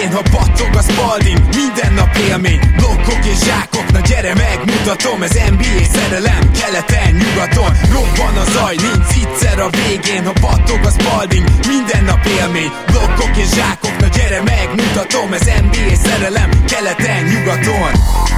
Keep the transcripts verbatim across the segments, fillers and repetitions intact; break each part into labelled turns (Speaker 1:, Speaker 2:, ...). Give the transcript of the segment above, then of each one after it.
Speaker 1: végén, ha battog a Spalding, minden nap élmény, blokkok és zsákok, na gyere megmutatom, ez en bé á szerelem, keleten, nyugaton, robban a zaj, nincs egyszer a végén, ha battog a Spalding, minden nap élmény, blokkok és zsákok, na gyere megmutatom, ez en bé á szerelem, keleten, nyugaton.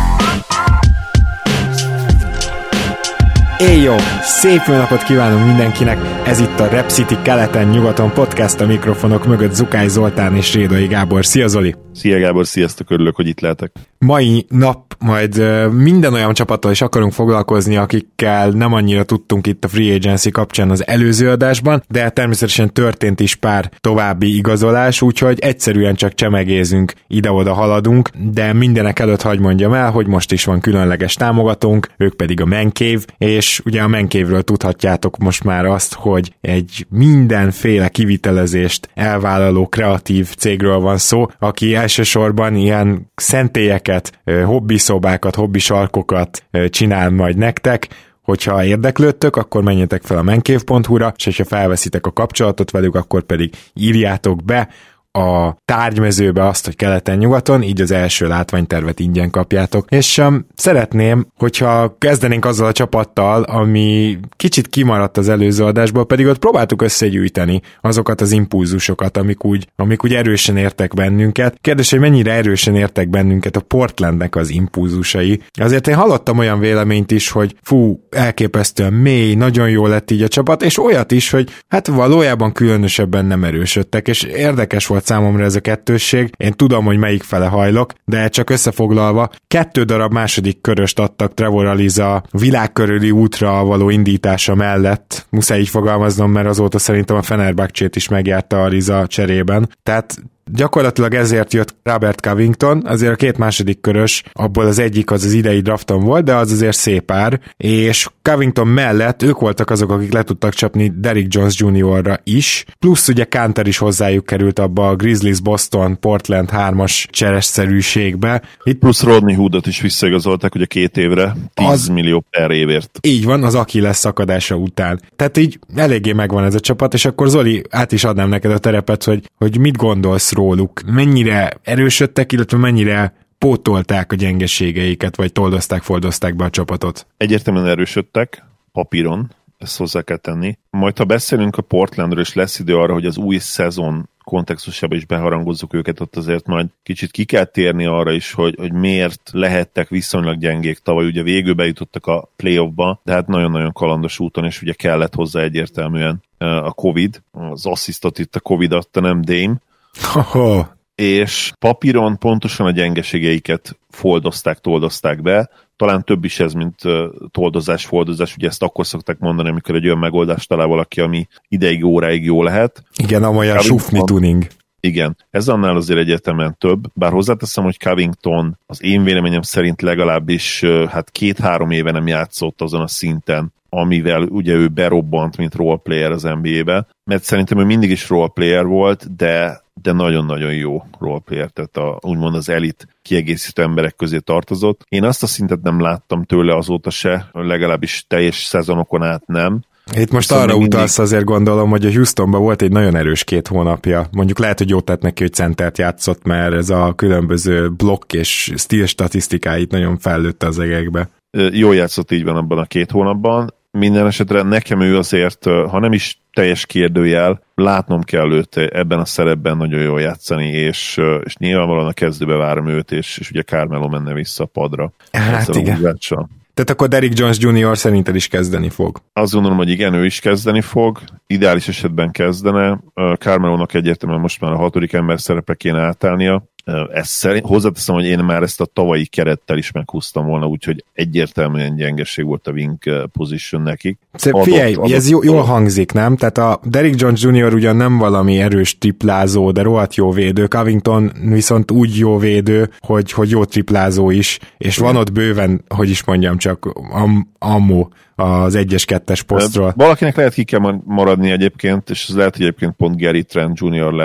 Speaker 2: Éjjó! Szép jó napot kívánunk mindenkinek! Ez itt a Rep City keleten-nyugaton podcast, a mikrofonok mögött Zukály Zoltán és Rédai Gábor. Szia Zoli!
Speaker 3: Szia Gábor, sziasztok, örülök, hogy itt lehetek.
Speaker 2: Mai nap majd minden olyan csapattal is akarunk foglalkozni, akikkel nem annyira tudtunk itt a Free Agency kapcsán az előző adásban, de természetesen történt is pár további igazolás, úgyhogy egyszerűen csak csemegézünk, ide-oda haladunk, de mindenek előtt hadd mondjam el, hogy most is van különleges támogatónk, ők pedig a Man Cave, és ugye a Man Cave-ről tudhatjátok most már azt, hogy egy mindenféle kivitelezést elvállaló kreatív cégről van szó, aki elsősorban ilyen szentélyeket, hobbiszobákat, hobbisarkokat csinál majd nektek. Hogyha érdeklődtök, akkor menjetek fel a mancave pont hu-ra, és ha felveszitek a kapcsolatot velük, akkor pedig írjátok be a tárgymezőbe azt, hogy keleten-nyugaton, így az első látványtervet ingyen kapjátok. És um, szeretném, hogyha kezdenénk azzal a csapattal, ami kicsit kimaradt az előző adásból, pedig ott próbáltuk összegyűjteni azokat az impulzusokat, amik úgy, amik úgy erősen értek bennünket. Kérdés, hogy mennyire erősen értek bennünket a Portlandnek az impulzusai. Azért én hallottam olyan véleményt is, hogy fú, elképesztően mély, nagyon jó lett így a csapat, és olyat is, hogy hát valójában különösebben nem erősödtek, és érdekes volt számomra ez a kettősség. Én tudom, hogy melyik fele hajlok, de csak összefoglalva, kettő darab második köröst adtak Trevor Ariza világkörüli útra való indítása mellett. Muszáj így fogalmaznom, mert azóta szerintem a Fenerbahcsét is megjárta Ariza cserében. Tehát gyakorlatilag ezért jött Robert Covington, azért a két második körös, abból az egyik az az idei drafton volt, de az azért szép ár, és Covington mellett ők voltak azok, akik le tudtak csapni Derrick Jones juniorra is, plusz ugye Kanter is hozzájuk került abba a Grizzlies, Boston, Portland hármas cseresszerűségbe.
Speaker 3: Itt plusz Rodney Hoodot is visszaigazolták ugye két évre, tíz millió per évért.
Speaker 2: Így van, az Achilles szakadása után. Tehát így eléggé megvan ez a csapat, és akkor Zoli, át is adnám neked a terepet, hogy, hogy mit gondolsz róluk, mennyire erősödtek, illetve mennyire pótolták a gyengeségeiket, vagy toldozták, fordozták be a csapatot?
Speaker 3: Egyértelműen erősödtek, papíron, ezt hozzá kell tenni. Majd ha beszélünk a Portlandről, és lesz idő arra, hogy az új szezon kontextusában is beharangozzuk őket, ott azért majd kicsit ki kell térni arra is, hogy, hogy miért lehettek viszonylag gyengék tavaly, ugye végül bejutottak a playoffba, de hát nagyon-nagyon kalandos úton, és ugye kellett hozzá egyértelműen a Covid, az asszisztot itt a Covid adta, nem Dame,
Speaker 2: Ho-ho.
Speaker 3: És papíron pontosan a gyengeségeiket foldozták, toldozták be, talán több is ez, mint uh, toldozás, foldozás, ugye ezt akkor szokták mondani, amikor egy olyan megoldást talál valaki, ami ideig, óráig jó lehet.
Speaker 2: Igen, amolyan sufni tuning.
Speaker 3: Igen, ez annál azért egyetemen több, bár hozzáteszem, hogy Covington az én véleményem szerint legalábbis uh, hát két-három éve nem játszott azon a szinten, amivel ugye ő berobbant, mint roleplayer az en bé á-be, mert szerintem ő mindig is roleplayer volt, de, de nagyon-nagyon jó roleplayer, tehát a, úgymond az elit kiegészítő emberek közé tartozott. Én azt a szintet nem láttam tőle azóta se, legalábbis teljes szezonokon át nem.
Speaker 2: Itt most arra mindig... utalsz, azért gondolom, hogy a Houstonban volt egy nagyon erős két hónapja. Mondjuk lehet, hogy jót tett neki, hogy centert játszott, mert ez a különböző blokk és stíl statisztikáit nagyon fellőtte az egekbe.
Speaker 3: Jól játszott, így van, abban a két hónapban. Minden esetre nekem ő azért, ha nem is teljes kérdőjel, látnom kell őt ebben a szerepben nagyon jól játszani, és, és nyilvánvalóan a kezdőbe várom őt, és, és ugye Carmelo menne vissza a padra.
Speaker 2: Hát igen. Tehát akkor Derrick Jones junior szerinted is kezdeni fog?
Speaker 3: Azt gondolom, hogy igen, ő is kezdeni fog, ideális esetben kezdene. Carmelónak egyértelműen most már a hatodik ember szerepe kéne átállnia. Ezt szerint, hozzáteszem, hogy én már ezt a tavalyi kerettel is meghúztam volna, úgyhogy egyértelműen gyengeség volt a wing position nekik.
Speaker 2: Adott, Figyelj, adott, ez jól, jól hangzik, nem? Tehát a Derrick Jones junior ugyan nem valami erős triplázó, de rohadt jó védő, Covington viszont úgy jó védő, hogy, hogy jó triplázó is, és van ott bőven, hogy is mondjam, csak am, ammo az egyes-kettes posztról.
Speaker 3: Valakinek lehet ki kell maradni egyébként, és ez lehet, hogy egyébként pont Gary Trent junior lesz.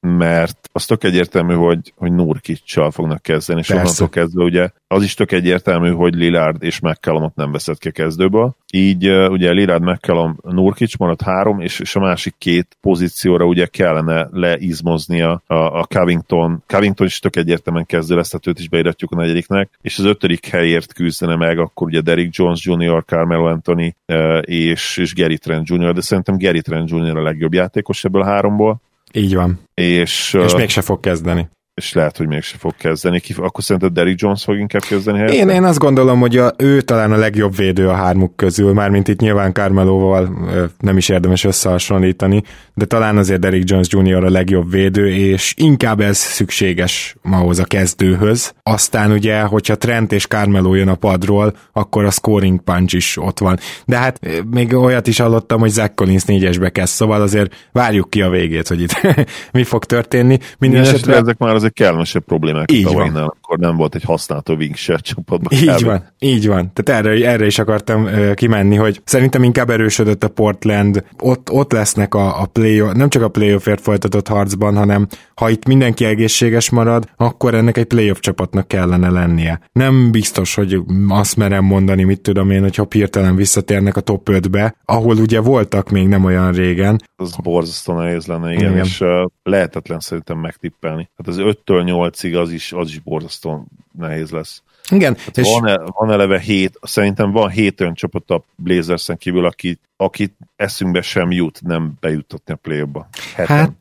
Speaker 3: mert az tök egyértelmű, hogy, hogy Nurkic-sal fognak kezdeni, és onnantól kezdve ugye az is tök egyértelmű, hogy Lillard és McCallumot nem veszed ki a kezdőből. Így ugye Lillard, McCallum, Nurkic marad három, és, és a másik két pozícióra ugye kellene leizmoznia a, a Covington. Covington is tök egyértelműen kezdő lesz, tehát őt is beíratjuk a negyediknek, és az ötödik helyért küzdene meg, akkor ugye Derrick Jones junior, Carmelo Anthony és, és Gary Trent junior, de szerintem Gary Trent junior a legjobb játékos ebből a háromból.
Speaker 2: Így van.
Speaker 3: És,
Speaker 2: és mégse fog kezdeni.
Speaker 3: És lehet, hogy mégse fog kezdeni. Ki, akkor szerinted Derrick Jones fog inkább kezdeni helyette?
Speaker 2: Én, én azt gondolom, hogy a, ő talán a legjobb védő a hármuk közül, mármint itt nyilván Carmelóval nem is érdemes összehasonlítani, de talán azért Derrick Jones junior a legjobb védő, és inkább ez szükséges ahhoz a kezdőhöz. Aztán ugye, hogyha Trent és Carmelo jön a padról, akkor a scoring punch is ott van. De hát még olyat is hallottam, hogy Zach Collins négyesbe kezd, szóval azért várjuk ki a végét, hogy itt mi fog történni. Minden esetre
Speaker 3: ezek már azért kellemesebb problémák a tavalynál, akkor nem volt egy használható wingshare csapatban.
Speaker 2: Így kb. van, így van. Tehát erre, erre is akartam uh, kimenni, hogy szerintem inkább erősödött a Portland, ott, ott lesznek a, a play, nem csak a playoffért folytatott harcban, hanem ha itt mindenki egészséges marad, akkor ennek egy playoff csapatnak kellene lennie. Nem biztos, hogy azt merem mondani, mit tudom én, hogyha hirtelen visszatérnek a top ötbe, ahol ugye voltak még nem olyan régen.
Speaker 3: Az borzasztó nehéz lenne, igen, igen. és uh, lehetetlen szerintem megtippelni. Hát az öttől nyolcig az is, az is borzasztó nehéz lesz.
Speaker 2: Igen.
Speaker 3: Hát és van, van eleve hét, szerintem van hét olyan csapat a Blazersen kívül, akit, akit eszünkbe sem jut nem bejuttatni a play-ba.
Speaker 2: Hát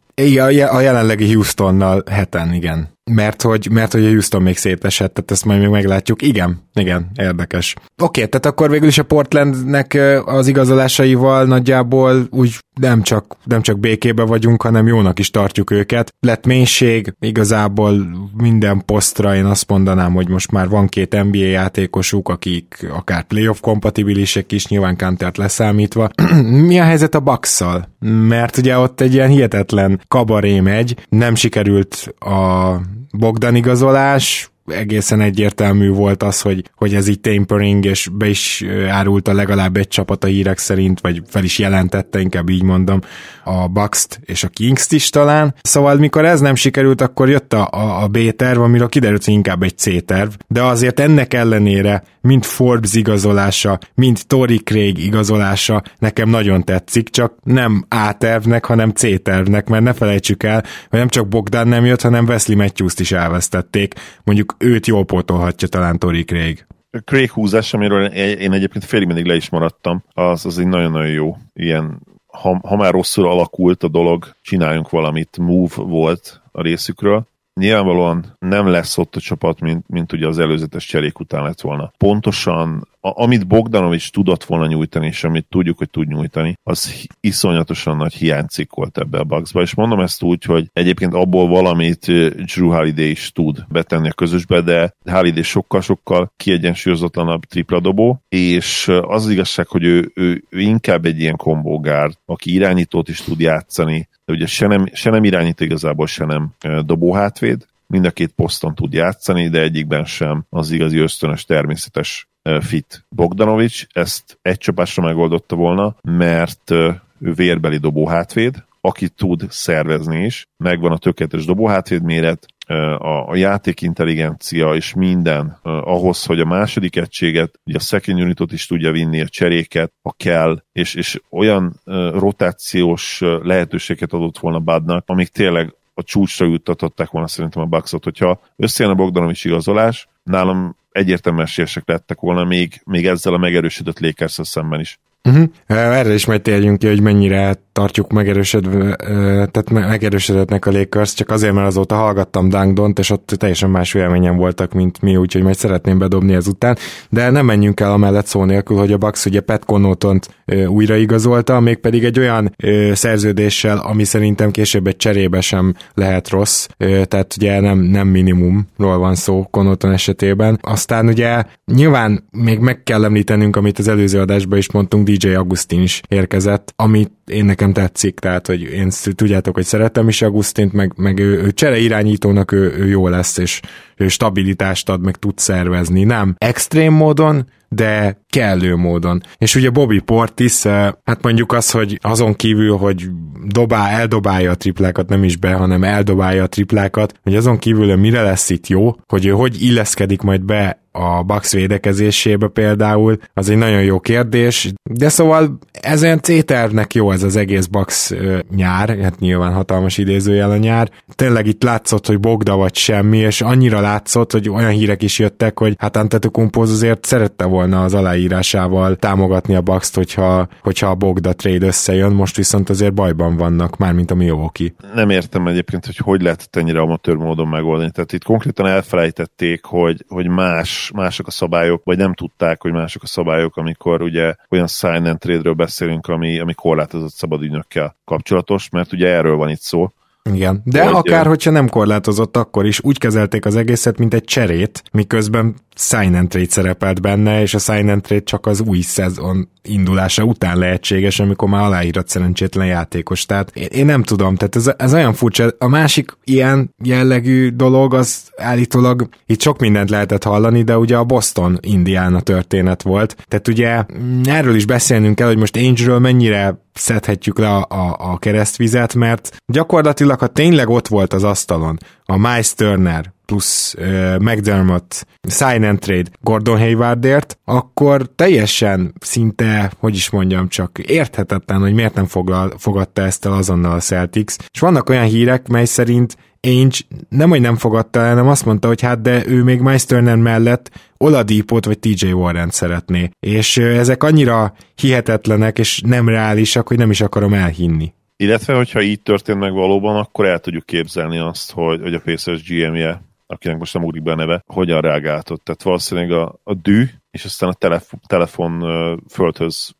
Speaker 2: a jelenlegi Houstonnal heten, igen. Mert hogy, mert hogy a Houston még szétesett, tehát ezt majd még meglátjuk. Igen, igen, érdekes. Oké, okay, tehát akkor végül is a Portlandnek az igazolásaival nagyjából úgy nem csak, nem csak békében vagyunk, hanem jónak is tartjuk őket. Lett mélység, igazából minden posztra én azt mondanám, hogy most már van két en bé á játékosuk, akik akár playoff kompatibilisek is, nyilván Kantert leszámítva. Mi a helyzet a Bucks-szal? Mert ugye ott egy ilyen hihetetlen kabaré megy, nem sikerült a Bogdan igazolás, egészen egyértelmű volt az, hogy, hogy ez így tampering, és be is árulta legalább egy csapat a hírek szerint, vagy fel is jelentette, inkább így mondom, a Bucks-t és a Kings-t is talán. Szóval mikor ez nem sikerült, akkor jött a, a, a B-terv, amiről kiderült, hogy inkább egy C-terv, de azért ennek ellenére mind Forbes igazolása, mind Torrey Craig igazolása nekem nagyon tetszik, csak nem A-tervnek, hanem C-tervnek, mert ne felejtsük el, hogy nem csak Bogdan nem jött, hanem Wesley Matthews-t is elvesztették. Mondjuk őt jól pótolhatja talán Torrey Craig.
Speaker 3: Craig húzás, amiről én egyébként félig mindig le is maradtam, az, az egy nagyon-nagyon jó ilyen, ha, ha már rosszul alakult a dolog, csináljunk valamit, move volt a részükről. Nyilvánvalóan nem lesz ott a csapat, mint, mint ugye az előzetes cserék után lett volna. Pontosan, a, amit Bogdanovics tudott volna nyújtani, és amit tudjuk, hogy tud nyújtani, az iszonyatosan nagy hiánycikk volt ebbe a Bucksba, és mondom ezt úgy, hogy egyébként abból valamit Drew Holiday is tud betenni a közösbe, de Holiday sokkal-sokkal kiegyensúlyozatlanabb tripla dobó, és az, az igazság, hogy ő, ő, ő inkább egy ilyen kombógárd, aki irányítót is tud játszani, de ugye se nem, se nem irányít igazából, se nem dobóhátvéd, mind a két poszton tud játszani, de egyikben sem az igazi ösztönös természetes fit. Bogdanovics ezt egy csapásra megoldotta volna, mert ő vérbeli dobóhátvéd, aki tud szervezni is, megvan a tökéletes dobóhátvéd méret, a, a játékintelligencia és minden ahhoz, hogy a második egységet, ugye a second unitot is tudja vinni, a cseréket, ha kell, és, és olyan rotációs lehetőséget adott volna Budnak, amik tényleg a csúcsra juttatották volna szerintem a Bucksot. Hogyha összejön a Bogdanovics igazolás, nálam egyértelműen esélyesek lettek volna még, még ezzel a megerősödött Lakers-szel szemben is.
Speaker 2: Uh-huh. Erre is majd térjünk ki, hogy mennyire tartjuk megerősödve, tehát megerősödöttnek a Lakers, csak azért, mert azóta hallgattam Dunkdont, és ott teljesen más véleményen voltak, mint mi, úgyhogy majd szeretném bedobni ezután, de nem menjünk el amellett szó nélkül, hogy a Bucks ugye Pat Connaughtont újraigazolta, mégpedig egy olyan ö, szerződéssel, ami szerintem később egy cserébe sem lehet rossz, ö, tehát ugye nem, nem minimumról van szó Connaughton esetében. Aztán ugye nyilván még meg kell említenünk, amit az előző adásban is mondtunk, dé jé Augustin is érkezett, amit én nekem tetszik, tehát hogy én tudjátok, hogy szeretem is Augustint, meg, meg ő, ő csere irányítónak ő, ő jó lesz, és ő stabilitást ad, meg tud szervezni. Nem extrém módon, de kellő módon. És ugye Bobby Portis, hát mondjuk az, hogy azon kívül, hogy dobál, eldobálja a triplákat, nem is be, hanem eldobálja a triplákat, hogy azon kívül mire lesz itt jó, hogy ő hogy illeszkedik majd be a Bucks védekezésébe például, az egy nagyon jó kérdés, de szóval ez olyan C-tervnek jó ez az egész Bucks ö, nyár, hát nyilván hatalmas idézőjel a nyár, tényleg itt látszott, hogy Bogda vagy semmi, és annyira látszott, hogy olyan hírek is jöttek, hogy hát Antetokounmpo azért szerette volna az aláírásával támogatni a Bucks-t, hogyha, hogyha a Bogda trade összejön, most viszont azért bajban vannak, mármint a Milwaukee.
Speaker 3: Nem értem egyébként, hogy hogy lehetett ennyire amatőr módon megoldani, tehát itt konkrétan elfelejtették, hogy, hogy más mások a szabályok, vagy nem tudták, hogy mások a szabályok, amikor ugye olyan sign and trade-ről beszélünk, ami, ami korlátozott szabadügynökkel kapcsolatos, mert ugye erről van itt szó.
Speaker 2: Igen, de hogy, akár, hogyha nem korlátozott, akkor is úgy kezelték az egészet, mint egy cserét, miközben sign and trade szerepelt benne, és a sign and trade csak az új szezon indulása után lehetséges, amikor már aláírat szerencsétlen játékos. Tehát én, én nem tudom, tehát ez, ez olyan furcsa. A másik ilyen jellegű dolog, az állítólag itt sok mindent lehetett hallani, de ugye a Boston Indiana történet volt. Tehát ugye erről is beszélnünk kell, hogy most Ainge-ről mennyire szedhetjük le a, a, a keresztvizet, mert gyakorlatilag, ha tényleg ott volt az asztalon a Miles Turner plusz uh, McDermott, sign and trade Gordon Haywardért, akkor teljesen szinte, hogy is mondjam, csak érthetetlen, hogy miért nem foglal, fogadta ezt el azonnal a Celtics. És vannak olyan hírek, mely szerint Ainge nem, hogy nem fogadta el, hanem azt mondta, hogy hát de ő még Miles Turner mellett Oladipót vagy té jé Warrent szeretné. És uh, ezek annyira hihetetlenek és nem reálisak, hogy nem is akarom elhinni.
Speaker 3: Illetve, hogyha így történt meg valóban, akkor el tudjuk képzelni azt, hogy, hogy a Pacers gé em-je, akinek most nem ugrik be a neve, hogyan reagáltott. Tehát valószínűleg a, a dű, és aztán a telefon, telefon uh, földhöz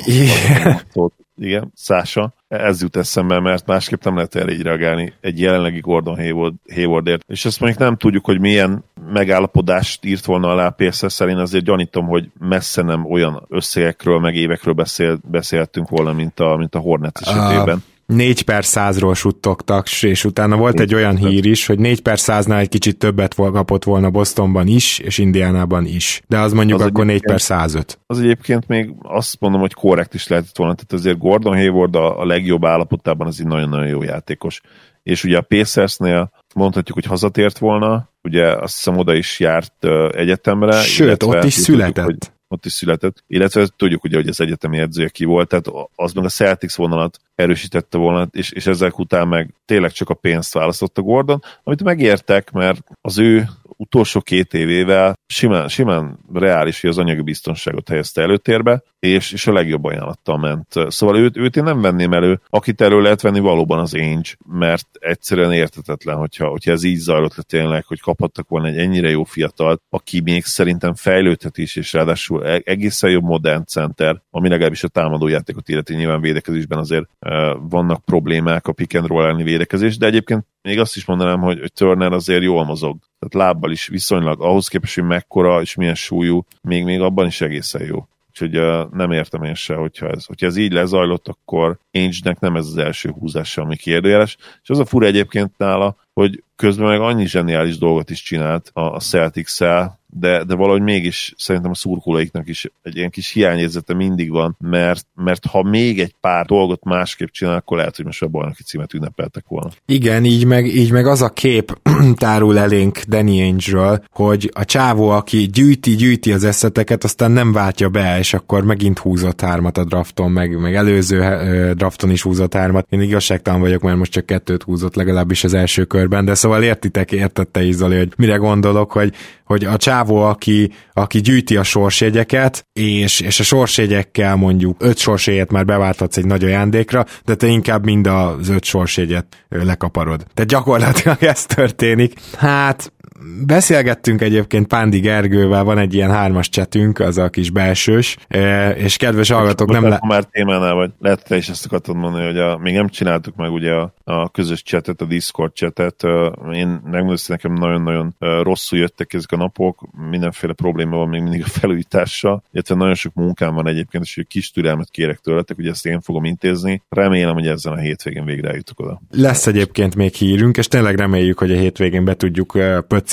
Speaker 2: igen.
Speaker 3: Igen, Szása. Ez jut eszembe, mert másképp nem lehet erre így reagálni egy jelenlegi Gordon Hayward, Haywardért. És ezt mondjuk nem tudjuk, hogy milyen megállapodást írt volna alá Pacers szerint, azért gyanítom, hogy messze nem olyan összegekről, meg évekről beszél, beszéltünk volna, mint a, mint a Hornets esetében.
Speaker 2: négy per százról suttogtak, és utána volt egy olyan hír is, hogy négy per száznál egy kicsit többet kapott volna Bostonban is, és Indiánában is. De az mondjuk az akkor négy per százöt.
Speaker 3: Az egyébként még azt mondom, hogy korrekt is lehetett volna. Tehát azért Gordon Hayward a, a legjobb állapotában az egy nagyon-nagyon jó játékos. És ugye a Pacersnél mondhatjuk, hogy hazatért volna, ugye azt hiszem oda is járt uh, egyetemre.
Speaker 2: Sőt, ott is született.
Speaker 3: Tudjuk, hogy ott is született, illetve tudjuk ugye, hogy az egyetemi edzője ki volt, tehát az meg a Celtics vonalat erősítette volna, és, és ezek után meg tényleg csak a pénzt választotta Gordon, amit megértek, mert az ő utolsó két évével simán, simán reális, hogy az anyagi biztonságot helyezte előtérbe, és, és a legjobb ajánlattal ment. Szóval őt, őt én nem venném elő, akit elő lehet venni valóban az Ainge, mert egyszerűen értetetlen, hogyha, hogyha ez így zajlott le tényleg, hogy kaphattak volna egy ennyire jó fiatalt, aki még szerintem fejlődhet is, és ráadásul egészen jobb modern center, ami legalábbis a támadójátékot illeti, nyilván védekezésben azért uh, vannak problémák a pick and roll elleni védekezés, de egyébként még azt is mondanám, hogy, hogy Turner azért jól mozog. Tehát lábbal is viszonylag, ahhoz képest, hogy mekkora és milyen súlyú, még, még abban is egészen jó. Úgyhogy uh, nem értem én se, hogyha ez, hogyha ez így lezajlott, akkor Ainge-nek nem ez az első húzása, ami kérdőjeles. És az a fura egyébként nála, hogy közben meg annyi zseniális dolgot is csinált a, a Celtics-szel, de, de valahogy mégis szerintem a szurkolóiknak is egy ilyen kis hiányérzete mindig van, mert, mert ha még egy pár dolgot másképp csinál, akkor lehet, hogy most a bajnoki címet ünnepeltek volna.
Speaker 2: Igen, így meg, így meg az a kép tárul elénk Danny Ainge-ről, hogy a csávó, aki gyűjti, gyűjti az eszeteket, aztán nem váltja be, és akkor megint húzott hármat a drafton, meg, meg előző uh, drafton is húzott hármat. Én igazságtalan vagyok, mert most csak kettőt húzott legalábbis az első körben, de szóval értitek, értette is Zoli, hogy mire gondolok, hogy, hogy a csávó, aki, aki gyűjti a sorsjegyeket, és, és a sorsjegyekkel mondjuk öt sorsjegyet már beválthatsz egy nagy ajándékra, de te inkább mind az öt sorsjegyet lekaparod. Tehát gyakorlatilag ez történik. Hát beszélgettünk egyébként Pándi Gergővel, van egy ilyen hármas csetünk, az a kis belsős, és kedves hallgatók, nem
Speaker 3: le... Már témánál vagy, lehet te is ezt akartad mondani, hogy a, még nem csináltuk meg ugye a, a közös csetet, a Discord csetet, én megmondom, nekem nagyon-nagyon rosszul jöttek ezek a napok, mindenféle probléma van még mindig a felújítással, illetve nagyon sok munkám van egyébként, és egy kis türelmet kérek tőletek, ugye ezt én fogom intézni, remélem, hogy ezen a hétvégén végre eljutok oda.
Speaker 2: Lesz egyébként még hírünk, és tényleg reméljük, hogy a hétvégén be tudjuk pöcci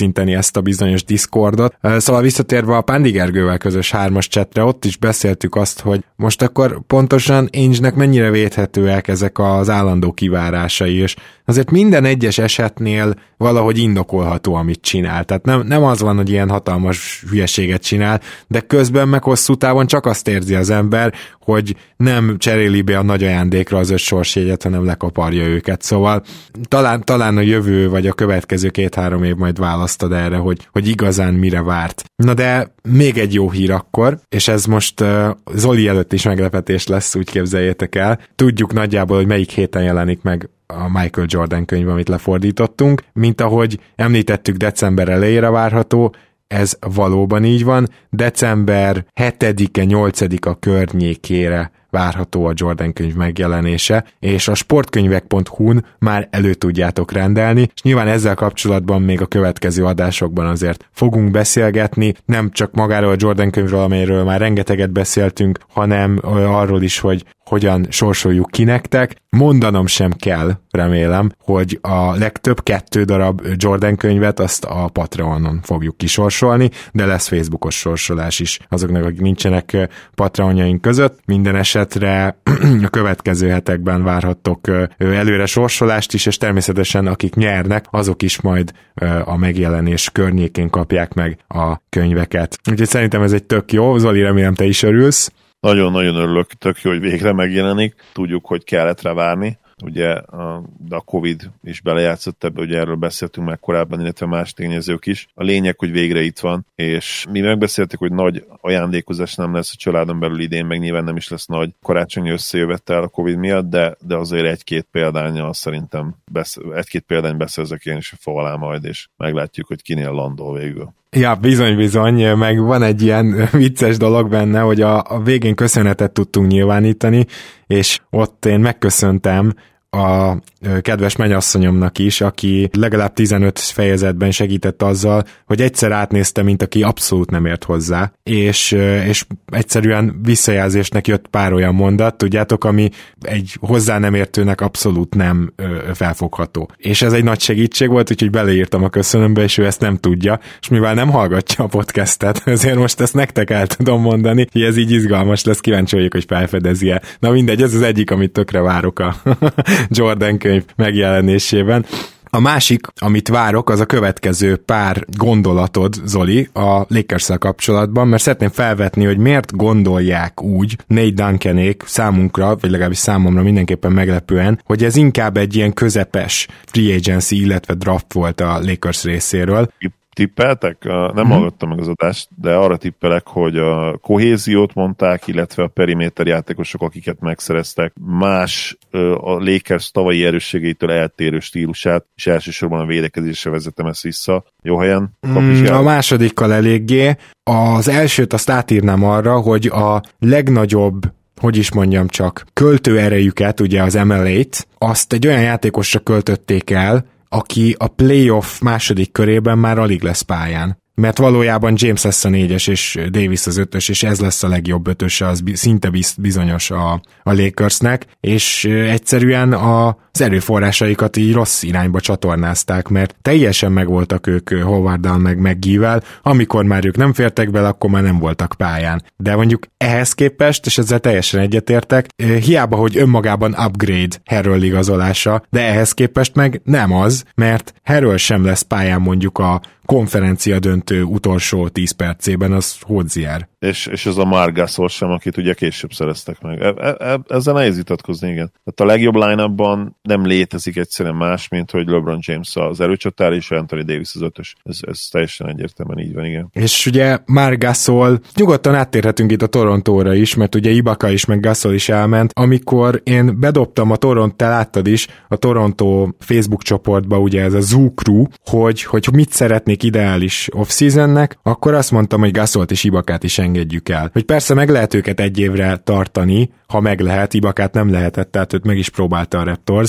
Speaker 2: elszinteni ezt a bizonyos Discordot. Szóval visszatérve a Pándi Gergővel közös hármas csetre, ott is beszéltük azt, hogy most akkor pontosan Ainge-nek mennyire védhetőek ezek az állandó kivárásai, és azért minden egyes esetnél valahogy indokolható, amit csinál. Tehát nem, nem az van, hogy ilyen hatalmas hülyeséget csinál, de közben meg hosszú távon csak azt érzi az ember, hogy nem cseréli be a nagy ajándékra az öt sorsjegyet, hanem lekaparja őket. Szóval talán, talán a jövő vagy a következő két-három év majd választad erre, hogy, hogy igazán mire várt. Na de még egy jó hír akkor, és ez most uh, Zoli előtt is meglepetés lesz, úgy képzeljétek el. Tudjuk nagyjából, hogy melyik héten jelenik meg a Michael Jordan könyv, amit lefordítottunk. Mint ahogy említettük, december elejére várható, ez valóban így van. December hetedike, nyolcadika környékére várható a Jordan könyv megjelenése, és a sportkönyvek pont hu-n már elő tudjátok rendelni, és nyilván ezzel kapcsolatban még a következő adásokban azért fogunk beszélgetni, nem csak magáról a Jordan könyvről, amelyről már rengeteget beszéltünk, hanem arról is, hogy hogyan sorsoljuk ki nektek. Mondanom sem kell, remélem, hogy a legtöbb kettő darab Jordan könyvet azt a Patreonon fogjuk kisorsolni, de lesz Facebookos sorsolás is azoknak, akik nincsenek Patreonjaink között. Minden esetre a következő hetekben várhattok előre sorsolást is, és természetesen akik nyernek, azok is majd a megjelenés környékén kapják meg a könyveket. Úgyhogy szerintem ez egy tök jó. Zoli, remélem te is örülsz.
Speaker 3: Nagyon-nagyon örülök, tök jó, hogy végre megjelenik. Tudjuk, hogy kellett rá várni. Ugye a, de a Covid is belejátszott ebbe, ugye erről beszéltünk már korábban, illetve más tényezők is. A lényeg, hogy végre itt van, és mi megbeszéltük, hogy nagy ajándékozás nem lesz a családon belül idén, meg nyilván nem is lesz nagy karácsonyi összejövettel a Covid miatt, de, de azért egy-két példányal szerintem besz, egy-két példány beszerzek én is a fa alá majd, és meglátjuk, hogy kinél landol végül.
Speaker 2: Ja, bizony-bizony, meg van egy ilyen vicces dolog benne, hogy a, a végén köszönetet tudtunk nyilvánítani, és ott én megköszöntem a kedves mennyasszonyomnak is, aki legalább tizenöt fejezetben segített azzal, hogy egyszer átnézte, mint aki abszolút nem ért hozzá, és, és egyszerűen visszajelzésnek jött pár olyan mondat, tudjátok, ami egy hozzá nem értőnek abszolút nem felfogható. És ez egy nagy segítség volt, úgyhogy beleírtam a köszönömbe, és ő ezt nem tudja, és mivel nem hallgatja a podcastet, ezért most ezt nektek el tudom mondani, hogy ez így izgalmas lesz, kíváncsi vagyok, hogy felfedezi-e. Na mindegy, ez az egyik, amit tökre várok a Jordan könyv megjelenésében. A másik, amit várok, az a következő pár gondolatod, Zoli, a Lakers-szel kapcsolatban, mert szeretném felvetni, hogy miért gondolják úgy Nate Duncanék számunkra, vagy legalábbis számomra mindenképpen meglepően, hogy ez inkább egy ilyen közepes free agency, illetve draft volt a Lakers részéről.
Speaker 3: Tippeltek? Nem hmm. hallgattam meg az adást, de arra tippelek, hogy a kohéziót mondták, illetve a periméter játékosok, akiket megszereztek, más a Lakers tavalyi erősségeitől eltérő stílusát, és elsősorban a védekezésre vezetem ezt vissza. Jó helyen?
Speaker 2: Hmm, a másodikkal eléggé. Az elsőt azt átírnám arra, hogy a legnagyobb, hogy is mondjam csak, költőerejüket, ugye az em el á-t, azt egy olyan játékosra költötték el, aki a playoff második körében már alig lesz pályán. Mert valójában James lesz a négyes, és Davis az ötös, és ez lesz a legjobb ötöse, az szinte bizonyos a, a Lakersnek, és egyszerűen a, az erőforrásaikat így rossz irányba csatornázták, mert teljesen megvoltak ők Howarddal meg McGee-vel, amikor már ők nem fértek bele, akkor már nem voltak pályán. De mondjuk ehhez képest, és ezzel teljesen egyetértek, hiába, hogy önmagában upgrade Harrell igazolása, de ehhez képest meg nem az, mert Harrell sem lesz pályán mondjuk a konferencia döntő utolsó tíz percében, az Hodzier.
Speaker 3: És, és ez a Marc Gasol sem, akit ugye később szereztek meg. E, e, ezzel nehéz vitatkozni, igen. Tehát a legjobb line-upban nem létezik egyszerűen más, mint hogy LeBron James az erőcsatár, és Anthony Davis az ötös. Ez, ez teljesen egyértelműen így van, igen.
Speaker 2: És ugye Marc Gasol, nyugodtan áttérhetünk itt a Torontóra is, mert ugye Ibaka is, meg Gasol is elment. Amikor én bedobtam a Toronto, te láttad is, a Toronto Facebook csoportba, ugye ez a Zoo Crew, hogy, hogy mit szeretnék ideális off-seasonnek, akkor azt mondtam, hogy Gasolt és Ibakát is engedjük el. Hogy persze meg lehet őket egy évre tartani, ha meg lehet, Ibakát nem lehetett, tehát őt meg is próbálta a Raptors,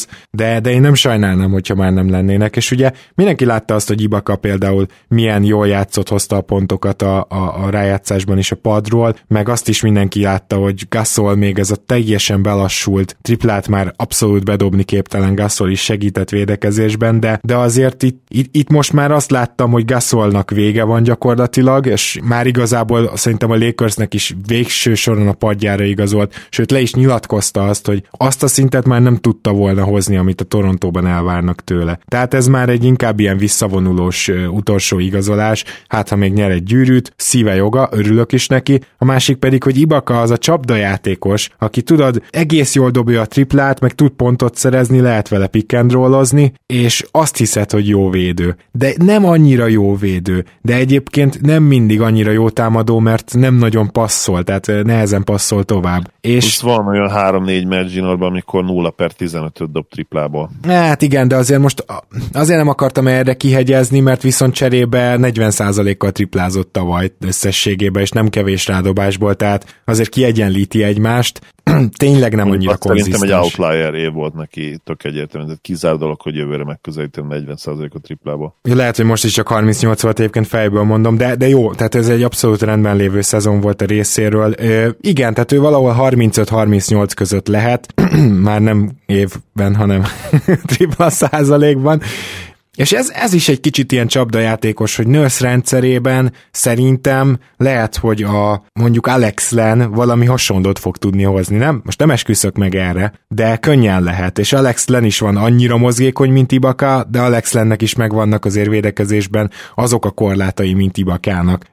Speaker 2: Raptors, de, de én nem sajnálnám, hogyha már nem lennének, és ugye mindenki látta azt, hogy Ibaka például milyen jól játszott, hozta a pontokat a, a, a rájátszásban is a padról, meg azt is mindenki látta, hogy Gasol még ez a teljesen belassult triplát már abszolút bedobni képtelen Gasol is segített védekezésben, de, de azért itt, itt, itt most már azt láttam, hogy Gasolnak vége van gyakorlatilag, és már igazából szerintem a Lakersnek is végső soron a padjára igazolt, sőt le is nyilatkozta azt, hogy azt a szintet már nem tudta volna hozni, amit a Torontóban elvárnak tőle. Tehát ez már egy inkább ilyen visszavonulós uh, utolsó igazolás, hát ha még nyer egy gyűrűt, szíve joga, örülök is neki, a másik pedig, hogy Ibaka az a csapdajátékos, aki tudod, egész jól dobja a triplát, meg tud pontot szerezni, lehet vele pick and rollozni, és azt hiszed, hogy jó védő. De nem annyira jó védő, de egyébként nem mindig annyira jó támadó, mert nem nagyon passzol, tehát nehezen passzol tovább. És
Speaker 3: most van olyan három-négy meccs amikor nulla per tizenötöt dob triplából.
Speaker 2: Hát igen, de azért most azért nem akartam erre kihegyezni, mert viszont cserébe negyven százalékkal triplázott tavaly összességében, és nem kevés rádobásból, tehát azért kiegyenlíti egymást. Tényleg nem annyira konzisztens.
Speaker 3: Szerintem egy outlier év volt neki, tök egyértelmű, tehát kizár dolog, hogy jövőre megközelítem negyven százalékot triplába.
Speaker 2: Lehet, hogy most is csak harmincnyolc volt, egyébként fejből mondom, de, de jó, tehát ez egy abszolút rendben lévő szezon volt a részéről. Ö, igen, tehát ő valahol harmincöt harmincnyolc között lehet, már nem évben, hanem tripla százalékban. És ez, ez is egy kicsit ilyen csapdajátékos, hogy Nurse rendszerében szerintem lehet, hogy a mondjuk Alex Len valami hasonlót fog tudni hozni, nem? Most nem esküszök meg erre, de könnyen lehet, és Alex Len is van annyira mozgékony, mint Ibaka, de Alex Lennek is megvannak az érvédekezésben azok a korlátai, mint Ibakának.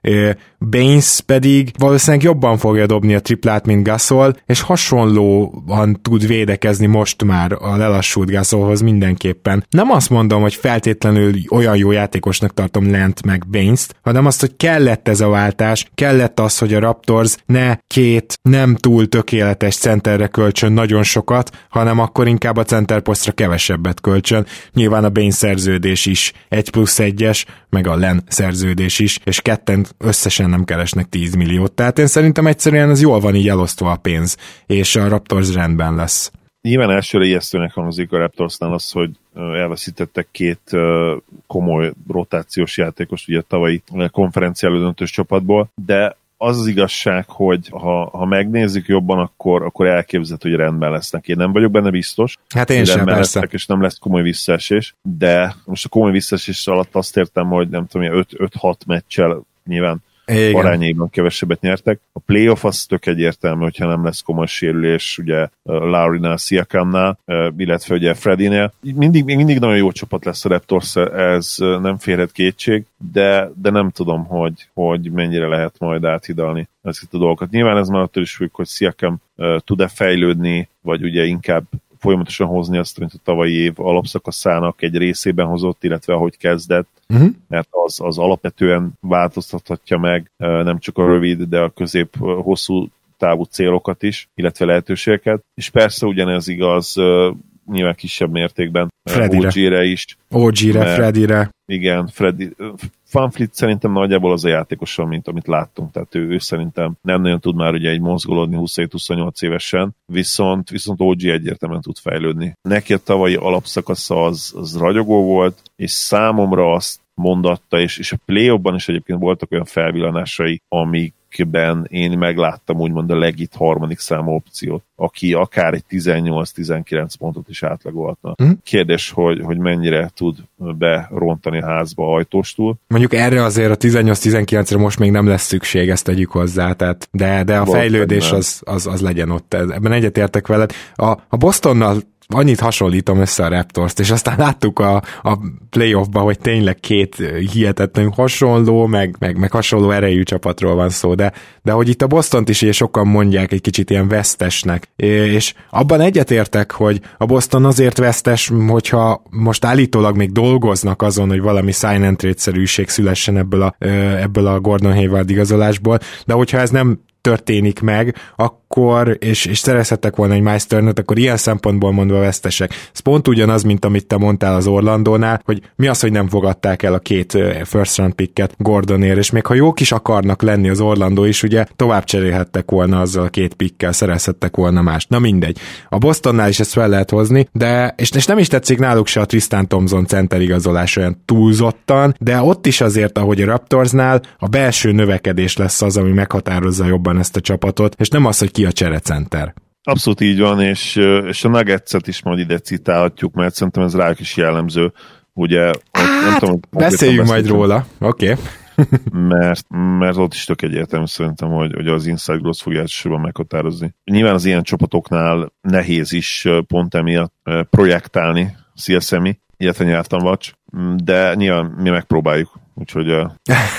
Speaker 2: Baines pedig valószínűleg jobban fogja dobni a triplát, mint Gasol, és hasonlóan tud védekezni most már a lelassult Gasolhoz mindenképpen. Nem azt mondom, hogy feltétlenül olyan jó játékosnak tartom Lent meg Baines-t, hanem azt, hogy kellett ez a váltás, kellett az, hogy a Raptors ne két nem túl tökéletes centerre kölcsön nagyon sokat, hanem akkor inkább a centerposztra kevesebbet kölcsön. Nyilván a Baines szerződés is egy plusz egyes, meg a Len szerződés is, és ketten összesen nem keresnek tíz milliót. Tehát én szerintem egyszerűen ez jól van így elosztva a pénz, és a Raptors rendben lesz.
Speaker 3: Nyilván elsőre ijesztőnek hangzik a Raptorsnál az, hogy elveszítettek két komoly rotációs játékost ugye a tavalyi konferencia elődöntős csapatból, de az az igazság, hogy ha, ha megnézzük jobban, akkor, akkor elképzelhető, hogy rendben lesznek. Én nem vagyok benne biztos.
Speaker 2: Hát én sem, persze.
Speaker 3: Lesznek, és nem lesz komoly visszaesés, de most a komoly visszaesés alatt azt értem, hogy nem tudom, öt-hat meccsel nyilván igen, arányaiban kevesebbet nyertek. A playoff az tök egyértelmű, hogyha nem lesz komoly sérülés, ugye Lowry-nál, Siakamnál, illetve ugye Freddy-nél. Mindig, mindig nagyon jó csapat lesz a Raptors, ez nem férhet kétség, de, de nem tudom, hogy, hogy mennyire lehet majd áthidalni ezeket a dolgokat. Nyilván ez már attól is függ, hogy Siakam uh, tud-e fejlődni, vagy ugye inkább folyamatosan hozni azt, mint a tavalyi év alapszakaszának egy részében hozott, illetve ahogy kezdett, uh-huh. mert az, az alapvetően változtathatja meg nem csak a rövid, de a közép-hosszú távú célokat is, illetve lehetőségeket. És persze ugyanez igaz nyilván kisebb mértékben
Speaker 2: Freddyre.
Speaker 3: ó gé-re is.
Speaker 2: ó gé-re, Freddyre.
Speaker 3: Igen, Freddy. VanVleet szerintem nagyjából az a játékosan, mint amit láttunk, tehát ő, ő szerintem nem nagyon tud már ugye egy mozgolódni huszonhét-huszonnyolc évesen, viszont, viszont ó gé egyértelműen tud fejlődni. Neki a tavalyi alapszakasza az, az ragyogó volt, és számomra azt mondatta, és, és a play-offban is egyébként voltak olyan felvillanásai, amikben én megláttam úgymond a legit harmadik számú opciót, aki akár egy tizennyolc-tizenkilenc pontot is átlagolhatna. Mm. Kérdés, hogy, hogy mennyire tud berontani a házba ajtóstól.
Speaker 2: Mondjuk erre azért a tizennyolc-tizenkilencre most még nem lesz szükség, ezt tegyük hozzá, tehát, de, de a Valóban fejlődés az, az, az legyen ott. Ebben egyetértek veled. A, a Bostonnal annyit hasonlítom össze a Raptors-t, és aztán láttuk a, a playoffban, hogy tényleg két hihetetlenül hasonló, meg, meg, meg hasonló erejű csapatról van szó, de, de hogy itt a Bostont is ilyen sokan mondják egy kicsit ilyen vesztesnek, és abban egyetértek, hogy a Boston azért vesztes, hogyha most állítólag még dolgoznak azon, hogy valami sign and trade-szerűség szülessen ebből a, ebből a Gordon Hayward igazolásból, de hogyha ez nem történik meg, akkor, és, és szerezhettek volna egy Miles Turner-t, akkor ilyen szempontból mondva vesztesek. Ez pont ugyanaz, mint amit te mondtál az Orlandónál, hogy mi az, hogy nem fogadták el a két first round picket Gordonért, és még ha jók is akarnak lenni az Orlandó is, ugye tovább cserélhettek volna azzal a két pickkel, szerezhettek volna mást. Na mindegy. A Bostonnál is ezt fel lehet hozni, de, és, és nem is tetszik náluk se a Tristan Thompson center igazolás olyan túlzottan, de ott is azért, ahogy a Raptorsnál, a belső növekedés lesz az, ami meghatározza jobban ezt a csapatot, és nem az, hogy ki a cserecenter.
Speaker 3: Abszolút így van, és, és a Nuggets-et is majd ide citálhatjuk, mert szerintem ez rájuk is jellemző. Ugye,
Speaker 2: hát, nem tudom, beszéljünk majd róla, oké. Okay.
Speaker 3: mert, mert ott is tök egyértelmű szerintem, hogy, hogy az inside growth fogja elsősorban meghatározni. Nyilván az ilyen csapatoknál nehéz is pont emiatt projektálni Siakami, illetve nyertem vacs, de nyilván mi megpróbáljuk. Úgyhogy uh,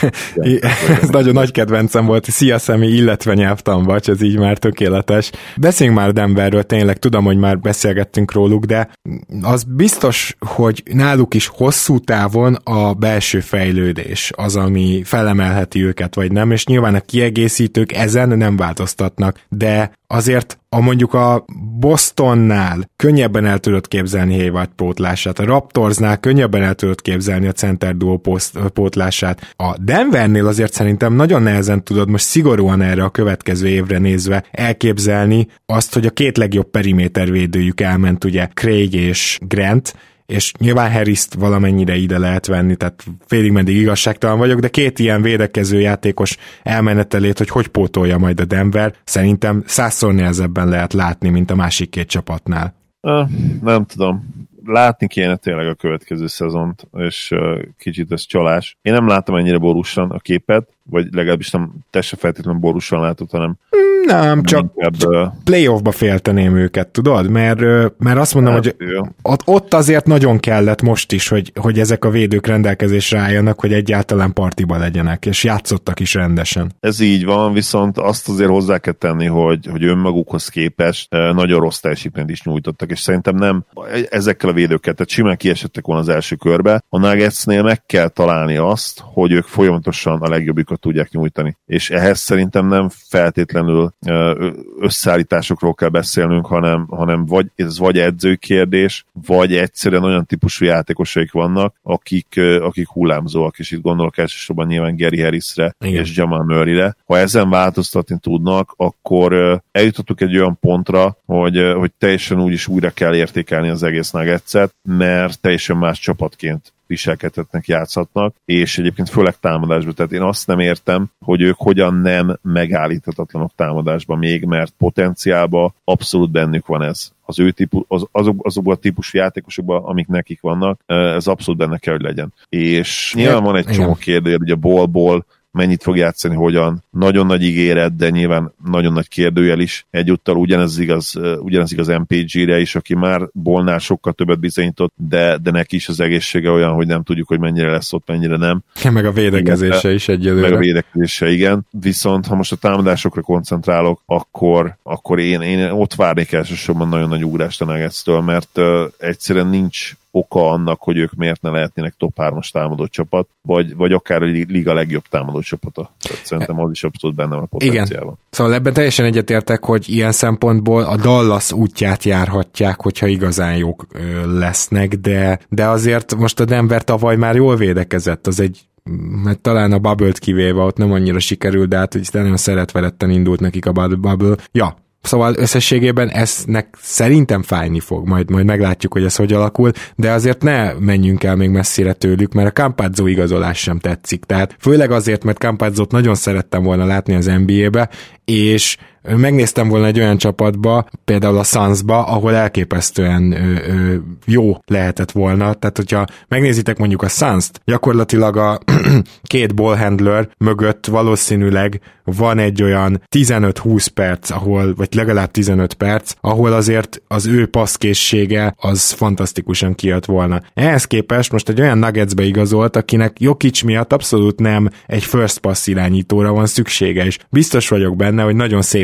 Speaker 2: ez nagyon nagy kedvencem volt, Szia Szemi, illetve nyelvtanvacs, ez így már tökéletes. Beszéljünk már Denverről, tényleg tudom, hogy már beszélgettünk róluk, de az biztos, hogy náluk is hosszú távon a belső fejlődés az, ami felemelheti őket, vagy nem, és nyilván a kiegészítők ezen nem változtatnak, de azért a mondjuk a Bostonnál könnyebben el tudod képzelni Hayward pótlását, a Raptorsnál könnyebben el tudod képzelni a center duo pótlását. A Denvernél azért szerintem nagyon nehezen tudod most szigorúan erre a következő évre nézve elképzelni azt, hogy a két legjobb perimétervédőjük elment, ugye Craig és Grant, és nyilván Harris-t valamennyire ide lehet venni, tehát félig meddig igazságtalan vagyok, de két ilyen védekező játékos elmenetelét, hogy hogy pótolja majd a Denver, szerintem százszor nehezebben lehet látni, mint a másik két csapatnál.
Speaker 3: Uh, nem tudom. Látni kéne tényleg a következő szezont, és uh, kicsit ez csalás. Én nem látom ennyire borúsan a képet, vagy legalábbis nem, te se feltétlenül borúsan látod, hanem
Speaker 2: nem, csak inkább, playoffba félteném őket, tudod? Mert, mert azt mondom, hát, hogy ott, ott azért nagyon kellett most is, hogy, hogy ezek a védők rendelkezésre álljanak, hogy egyáltalán partiba legyenek, és játszottak is rendesen.
Speaker 3: Ez így van, viszont azt azért hozzá kell tenni, hogy, hogy önmagukhoz képest nagyon rossz teljesítményt is nyújtottak, és szerintem nem ezekkel a védőkkel, tehát simán kiesettek volna az első körbe. A Nuggetsnél meg kell találni azt, hogy ők folyamatosan a legjobbikat tudják nyújtani, és ehhez szerintem nem feltétlenül összeállításokról kell beszélnünk, hanem, hanem vagy, ez vagy edzői kérdés, vagy egyszerűen olyan típusú játékosaik vannak, akik, akik hullámzóak, és itt gondolok elsősorban nyilván Gary Harrisre igen. és Jamal Murrayre. Ha ezen változtatni tudnak, akkor eljutottuk egy olyan pontra, hogy, hogy teljesen úgyis újra kell értékelni az egész Nuggets-et, mert teljesen más csapatként viselkedhetnek, játszhatnak, és egyébként főleg támadásban. Tehát én azt nem értem, hogy ők hogyan nem megállíthatatlanok támadásban még, mert potenciálban abszolút bennük van ez. Az ő típus, az, azok, azokban a típusú játékosokban, amik nekik vannak, ez abszolút benne kell, hogy legyen. És nyilván van egy csomó kérdő, hogy a ballból mennyit fog játszani, hogyan. Nagyon nagy ígéret, de nyilván nagyon nagy kérdőjel is. Egyúttal ugyanez igaz, ugyanez igaz em pé gé-re is, aki már Ballnál sokkal többet bizonyított, de, de neki is az egészsége olyan, hogy nem tudjuk, hogy mennyire lesz ott, mennyire nem.
Speaker 2: Meg a védekezése igen, is egyelőre.
Speaker 3: Meg a védekezése, igen. Viszont ha most a támadásokra koncentrálok, akkor, akkor én, én ott várnék elsősorban nagyon nagy ugrást a Nuggets-től, mert uh, egyszerűen nincs oka annak, hogy ők miért ne lehetnének top hármas támadó csapat, vagy, vagy akár a liga legjobb támadó csapata. Tehát szerintem az is abszolút benne van a potenciálban.
Speaker 2: Igen. Szóval ebben teljesen egyetértek, hogy ilyen szempontból a Dallas útját járhatják, hogyha igazán jók ö, lesznek, de, de azért most a Denver tavaly már jól védekezett, az egy mert talán a Bubble-t kivéve ott nem annyira sikerült, de hát hogy nagyon szeretvedetten indult nekik a Bubble. Ja, szóval összességében eznek szerintem fájni fog, majd, majd meglátjuk, hogy ez hogy alakul, de azért ne menjünk el még messzire tőlük, mert a Campazzo igazolás sem tetszik. Tehát főleg azért, mert Campazzot nagyon szerettem volna látni az en bé á-be, és megnéztem volna egy olyan csapatba, például a Sunsba, ahol elképesztően ö, ö, jó lehetett volna, tehát hogyha megnézitek mondjuk a Suns-t, gyakorlatilag a két ballhandler mögött valószínűleg van egy olyan tizenöt-húsz perc, ahol, vagy legalább tizenöt perc, ahol azért az ő passzkészsége az fantasztikusan kijött volna. Ehhez képest most egy olyan Nuggetsbe igazolt, akinek Jokic miatt abszolút nem egy first pass irányítóra van szüksége, és biztos vagyok benne, hogy nagyon szép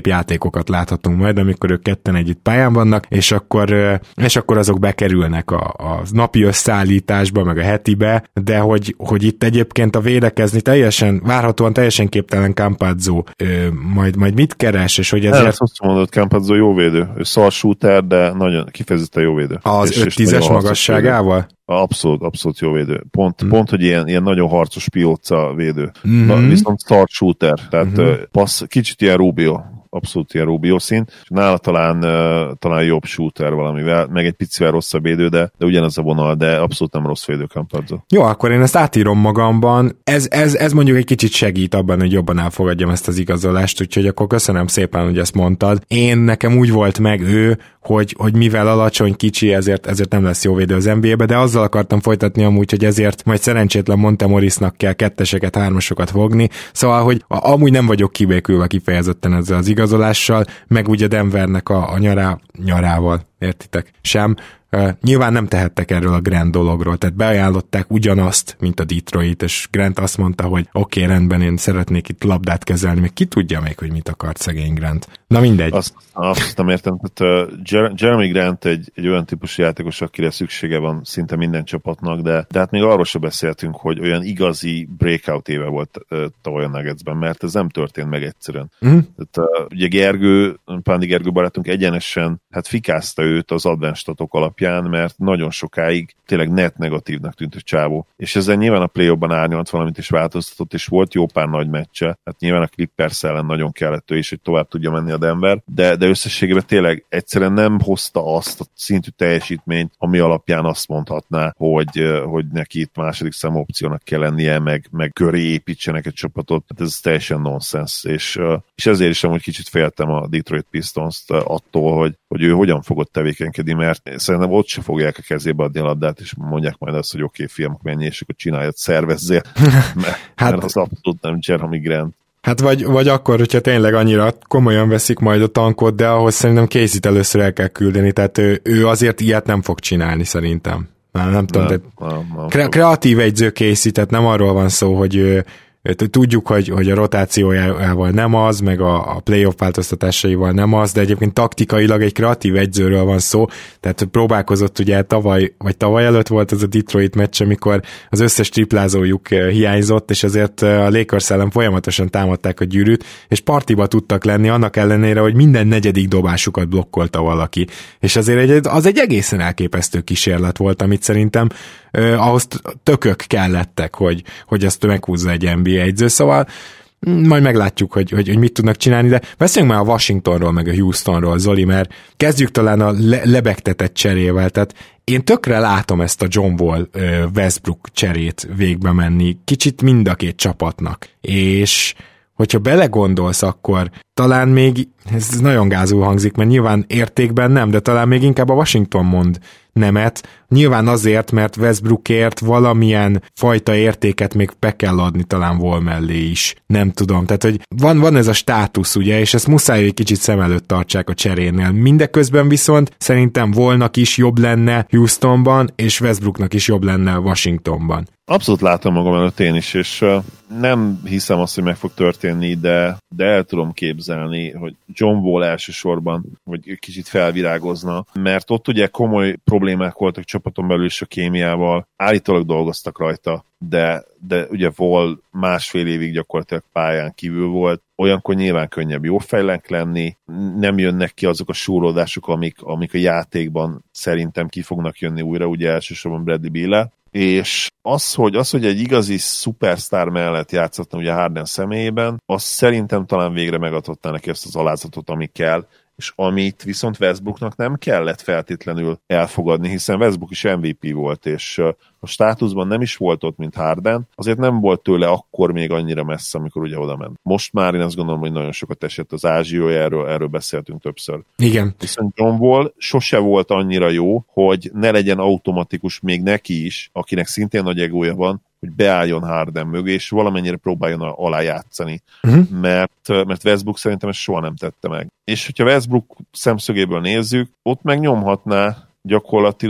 Speaker 2: játékokat láthatunk majd, amikor ők ketten együtt pályán vannak, és akkor, és akkor azok bekerülnek a, a napi összeállításba, meg a hetibe, de hogy, hogy itt egyébként a védekezni teljesen, várhatóan teljesen képtelen Campazzo majd, majd mit keres, és hogy ezért...
Speaker 3: Nem, azt mondod, Campazzo jó védő. Ő szar shooter, de nagyon kifejezetten jó védő.
Speaker 2: Az öt tízes magasságával?
Speaker 3: Abszolút, abszolút jó védő. Pont, hmm. pont hogy ilyen, ilyen nagyon harcos pióca védő.
Speaker 2: Mm-hmm.
Speaker 3: Na, viszont start shooter, tehát
Speaker 2: Mm-hmm.
Speaker 3: passz, kicsit ilyen Rubio, abszolút ilyen Rubio szint, és nála talán, uh, talán jobb shooter valamivel, meg egy picivel rosszabb védő, de, de ugyanaz a vonal, de abszolút nem rossz védő Campazzo.
Speaker 2: Jó, akkor én ezt átírom magamban. Ez, ez, ez mondjuk egy kicsit segít abban, hogy jobban elfogadjam ezt az igazolást, úgyhogy akkor köszönöm szépen, hogy ezt mondtad. Én nekem úgy volt meg ő, hogy, hogy mivel alacsony, kicsi, ezért, ezért nem lesz jó védő az en bé á-be, de azzal akartam folytatni amúgy, hogy ezért majd szerencsétlen Montemorisnak kell ketteseket, hármasokat fogni, szóval, hogy a, amúgy nem vagyok kibékülve kifejezetten ezzel az igazolással, meg ugye Denvernek a, a nyará, nyarával, értitek? Sem. Uh, nyilván nem tehettek erről a Grant dologról, tehát beajánlották ugyanazt, mint a Detroit, és Grant azt mondta, hogy oké, okay, rendben, én szeretnék itt labdát kezelni, még ki tudja még, hogy mit akart szegény Grant. Na mindegy.
Speaker 3: Azt, azt nem értem, tehát uh, Jeremy Grant egy, egy olyan típusú játékos, akire szüksége van szinte minden csapatnak, de, de hát még arról sem beszéltünk, hogy olyan igazi breakout éve volt uh, tavaly a Nuggetsben, mert ez nem történt meg egyszerűen. Mm. Tehát, uh, ugye Gergő, Pándi Gergő barátunk egyenesen hát fikázta őt az advanced statok alapján, mert nagyon sokáig tényleg net negatívnak tűnt a csávó. És ezzel nyilván a play-offban árnyalt valamit is változtatott, és volt jó pár nagy meccse. Hát nyilván a Clippers ellen nagyon kellett ő is, hogy tovább tudja menni a Denver, de, de összességében tényleg egyszerűen nem hozta azt a szintű teljesítményt, ami alapján azt mondhatná, hogy, hogy neki itt második számú opciónak kell lennie, meg, meg köré építsenek egy csapatot. Hát ez teljesen nonsens. És, és ezért is amúgy kicsit féltem a Detroit Pistons-t attól, hogy, hogy ő hogyan fogott tevékenykedni, mert szerintem ott se fogják a kezébe adni a labdát, és mondják majd azt, hogy oké, okay, fiam, menj, és akkor csináljad, szervezzél, mert, hát, mert az abszolút nem Jeremy Grant.
Speaker 2: Hát vagy, vagy akkor, hogyha tényleg annyira komolyan veszik majd a tankot, de ahhoz szerintem Casey-t először el kell küldeni, tehát ő, ő azért ilyet nem fog csinálni szerintem. Nem, nem tudom, nem, nem, nem kre- kreatív egyző Casey, tehát nem arról van szó, hogy ő, tudjuk, hogy, hogy a rotációjával nem az, meg a, a playoff változtatásaival nem az, de egyébként taktikailag egy kreatív egyzőről van szó, tehát próbálkozott ugye tavaly, vagy tavaly előtt volt ez a Detroit meccs, amikor az összes triplázójuk hiányzott, és azért a Lakers ellen folyamatosan támadták a gyűrűt, és partiba tudtak lenni annak ellenére, hogy minden negyedik dobásukat blokkolta valaki. És azért egy, az egy egészen elképesztő kísérlet volt, amit szerintem eh, ahhoz tökök kellettek, hogy, hogy azt meghúzza egy en bé á egyző, szóval majd meglátjuk, hogy, hogy, hogy mit tudnak csinálni, de beszéljünk már a Washingtonról, meg a Houstonról, Zoli, mert kezdjük talán a le- lebegtetett cserével, tehát én tökre látom ezt a John Wall uh, Westbrook cserét végbe menni, kicsit mind a két csapatnak, és hogyha belegondolsz, akkor talán még, ez nagyon gázul hangzik, mert nyilván értékben nem, de talán még inkább a Washington mond nemet. Nyilván azért, mert Westbrookért valamilyen fajta értéket még be kell adni talán Wall mellé is. Nem tudom. Tehát, hogy van, van ez a státusz, ugye, és ezt muszáj, hogy kicsit szem előtt tartsák a cserénél. Mindeközben viszont szerintem Wallnak is jobb lenne Houstonban, és Westbrooknak is jobb lenne Washingtonban.
Speaker 3: Abszolút látom magam előtt én is, és uh, nem hiszem azt, hogy meg fog történni, de, de el tudom képzelni, hogy John Wall elsősorban, vagy kicsit felvirágozna, mert ott ugye komoly problémák voltak csapaton belül is a kémiával, állítólag dolgoztak rajta, de, de ugye Wall másfél évig gyakorlatilag pályán kívül volt, olyankor nyilván könnyebb jó fejlek lenni, nem jönnek ki azok a súrlódások, amik, amik a játékban szerintem ki fognak jönni újra, ugye elsősorban Bradley Beal-le, és az hogy, az, hogy egy igazi szupersztár mellett játszhatna ugye Harden személyében, az szerintem talán végre megadhatná neki ezt az alázatot, ami kell, és amit viszont Westbrooknak nem kellett feltétlenül elfogadni, hiszen Westbrook is em vé pé volt, és a státuszban nem is volt ott, mint Harden, azért nem volt tőle akkor még annyira messze, amikor ugye oda ment. Most már én azt gondolom, hogy nagyon sokat esett az ázsiója, erről, erről beszéltünk többször.
Speaker 2: Igen.
Speaker 3: Viszont John Wall sose volt annyira jó, hogy ne legyen automatikus még neki is, akinek szintén nagy egója van, hogy beálljon Harden mögé, és valamennyire próbáljon alá játszani. Uh-huh. Mert, mert Westbrook szerintem ezt soha nem tette meg. És hogyha Westbrook szemszögéből nézzük, ott meg nyomhatná gyakorlatilag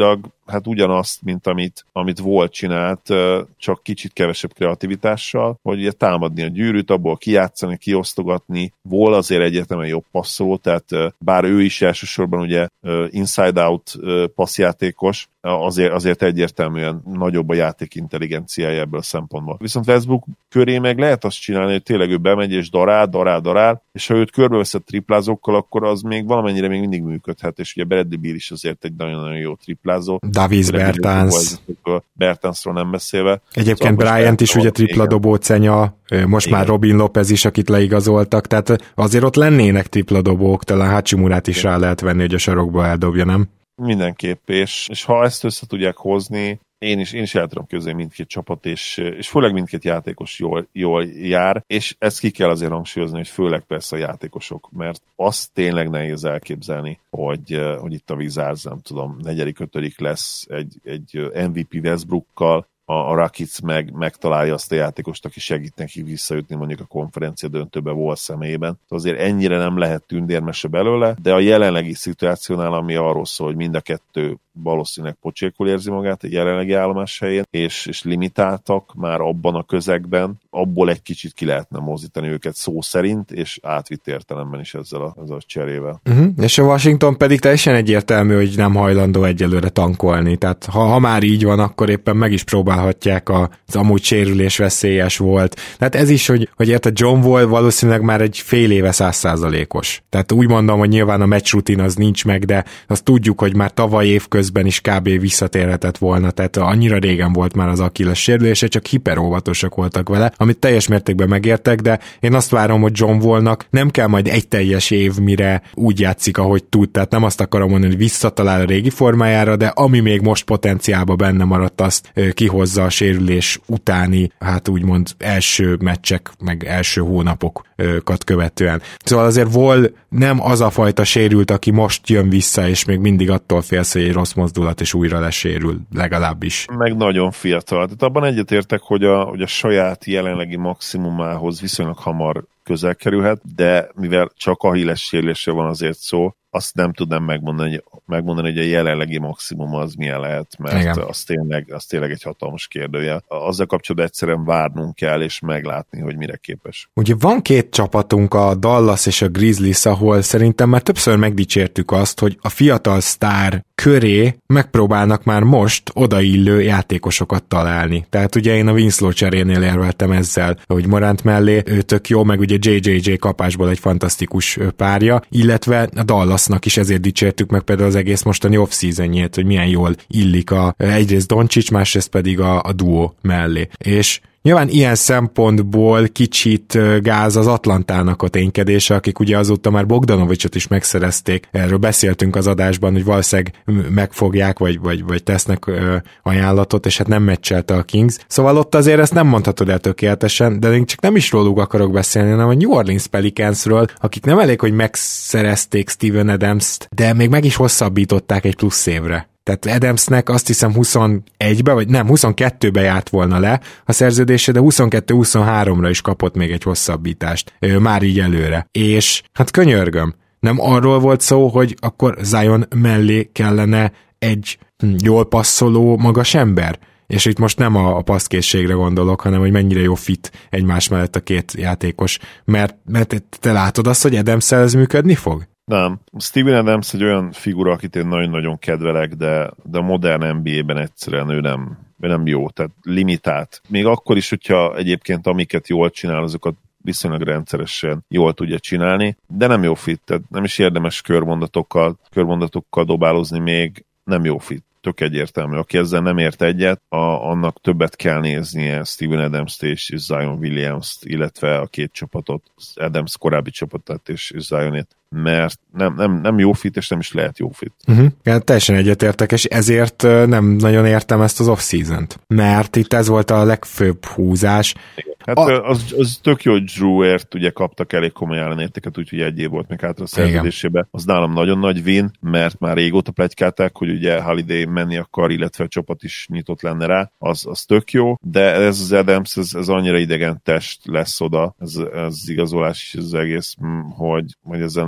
Speaker 3: hát ugyanazt, mint amit, amit Wall csinált, csak kicsit kevesebb kreativitással, hogy ugye támadni a gyűrűt, abból kijátszani, kiosztogatni. Wall azért egyetemen jobb passzoló, tehát bár ő is elsősorban ugye inside-out passzjátékos, azért, azért egyértelműen nagyobb a játék intelligenciája ebből a szempontból. Viszont Westbrook köré meg lehet azt csinálni, hogy tényleg ő bemegy és darál, darál, darál, és ha őt körbeveszed triplázókkal, akkor az még valamennyire még mindig működhet, és ugye Bradley Beal is azért egy nagyon-nagyon jó triplázó.
Speaker 2: Davis Bertans.
Speaker 3: Bertansról nem beszélve.
Speaker 2: Egyébként szóval Bryant is ugye tripladobó cenya, most igen. Már Robin Lopez is, akit leigazoltak, tehát azért ott lennének tripladobók, talán Hachimurát is igen. Rá lehet venni, hogy a sarokba eldobja, nem?
Speaker 3: Mindenképp, és, és ha ezt össze tudják hozni, én is, én is el tudom képzelni mindkét csapat, és, és főleg mindkét játékos jól, jól jár, és ezt ki kell azért hangsúlyozni, hogy főleg persze a játékosok, mert azt tényleg nehéz elképzelni, hogy, hogy itt a Wizards, nem tudom, negyedik, ötödik lesz egy, egy em vé pé Westbrookkal, a Rockets meg, megtalálja azt a játékost, aki segít neki visszajutni mondjuk a konferencia döntőbe volt személyében. Azért ennyire nem lehet tündérmese belőle, de a jelenlegi szituációnál, ami arról szól, hogy mind a kettő valószínűleg pocsékul érzi magát egy jelenlegi állomás helyén, és, és limitáltak már abban a közegben, abból egy kicsit ki lehetne mozdítani őket szó szerint, és átvitt értelemben is ezzel a, ezzel a cserével.
Speaker 2: Uh-huh. És a Washington pedig teljesen egyértelmű, hogy nem hajlandó egyelőre tankolni. Tehát ha, ha már így van, akkor éppen meg is próbálhatják, az amúgy sérülés veszélyes volt. Tehát ez is, hogy, hogy érted, John Wall valószínűleg már egy fél éve száz százalékos. Tehát úgy mondom, hogy nyilván a meccs rutin az nincs meg, de azt tudjuk, hogy már tavaly évközben is kb. Visszatérhetett volna, tehát annyira régen volt már az Achilles sérülése, csak hiperóvatosak voltak vele, amit teljes mértékben megértek, de én azt várom, hogy John Wallnak nem kell majd egy teljes év, mire úgy játszik, ahogy tud, tehát nem azt akarom mondani, hogy visszatalál a régi formájára, de ami még most potenciálban benne maradt, azt kihozza a sérülés utáni, hát úgymond első meccsek, meg első hónapokat követően. Szóval azért Wall nem az a fajta sérült, aki most jön vissza, és még mindig attól félsz, hogy egy rossz mozdulat, és újra lesérül, legalábbis. Meg
Speaker 3: nagyon fiatal. Tehát abban egyetértek, hogy a, hogy a saját jelenlegi maximumához viszonylag hamar közel kerülhet, de mivel csak Achilles sérülésre van azért szó, azt nem tudnám megmondani, megmondani, hogy a jelenlegi maximum az milyen lehet, mert az tényleg, az tényleg egy hatalmas kérdőjel. Azzal kapcsolatban egyszerűen várnunk kell, és meglátni, hogy mire képes.
Speaker 2: Ugye van két csapatunk, a Dallas és a Grizzlies, ahol szerintem már többször megdicsértük azt, hogy a fiatal sztár köré megpróbálnak már most odaillő játékosokat találni. Tehát ugye én a Winslow cserénél érveltem ezzel, hogy Morant mellé ő tök jó, meg ugye jé jé jé kapásból egy fantasztikus párja, illetve a Dallasnak is ezért dicsértük meg például az egész mostani off-seasonjét, hogy milyen jól illik a, egyrészt Doncic, másrészt pedig a, a duó mellé. És nyilván ilyen szempontból kicsit gáz az Atlantának a ténykedése, akik ugye azóta már Bogdanovicsot is megszerezték. Erről beszéltünk az adásban, hogy valószínűleg megfogják, vagy, vagy, vagy tesznek ajánlatot, és hát nem meccselte a Kings. Szóval ott azért ezt nem mondhatod el tökéletesen, de én csak nem is róluk akarok beszélni, hanem a New Orleans Pelicansről, akik nem elég, hogy megszerezték Steven Adams-t, de még meg is hosszabbították egy plusz évre. Tehát Adamsnek azt hiszem huszonegybe, vagy nem, huszonkettőbe járt volna le a szerződése, de huszonkettő huszonháromra is kapott még egy hosszabbítást, már így előre. És hát könyörgöm, nem arról volt szó, hogy akkor Zion mellé kellene egy jól passzoló magas ember? És itt most nem a, a passzkészségre gondolok, hanem hogy mennyire jó fit egymás mellett a két játékos, mert, mert te látod azt, hogy Adams-szel ez működni fog?
Speaker 3: Nem. Steven Adams egy olyan figura, akit én nagyon-nagyon kedvelek, de, de a modern en bé á-ben egyszerűen ő nem, ő nem jó, tehát limitált. Még akkor is, hogyha egyébként amiket jól csinál, azokat viszonylag rendszeresen jól tudja csinálni, de nem jó fit, tehát nem is érdemes körmondatokkal, körmondatokkal dobálozni még, nem jó fit. Tök egyértelmű. Aki ezzel nem ért egyet, a, annak többet kell néznie Steven Adams-t és Zion Williams-t, illetve a két csapatot, Adams korábbi csapatát és Zionét, mert nem, nem, nem jó fit, és nem is lehet jó fit.
Speaker 2: Uh-huh. Ja, teljesen egyetértek, és ezért nem nagyon értem ezt az off-season-t, mert itt ez volt a legfőbb húzás.
Speaker 3: Igen. Hát a... az, az tök jó, hogy Drewért ugye kaptak elég komoly ellenértéket, úgyhogy egy év volt még hátra a szerződésébe. Az nálam nagyon nagy win, mert már régóta pletykálták, hogy ugye Holiday menni akar, illetve a csapat is nyitott lenne rá, az, az tök jó, de ez az Adams, ez, ez annyira idegen test lesz oda, ez, ez igazolás is az egész, hogy, hogy ezzel ne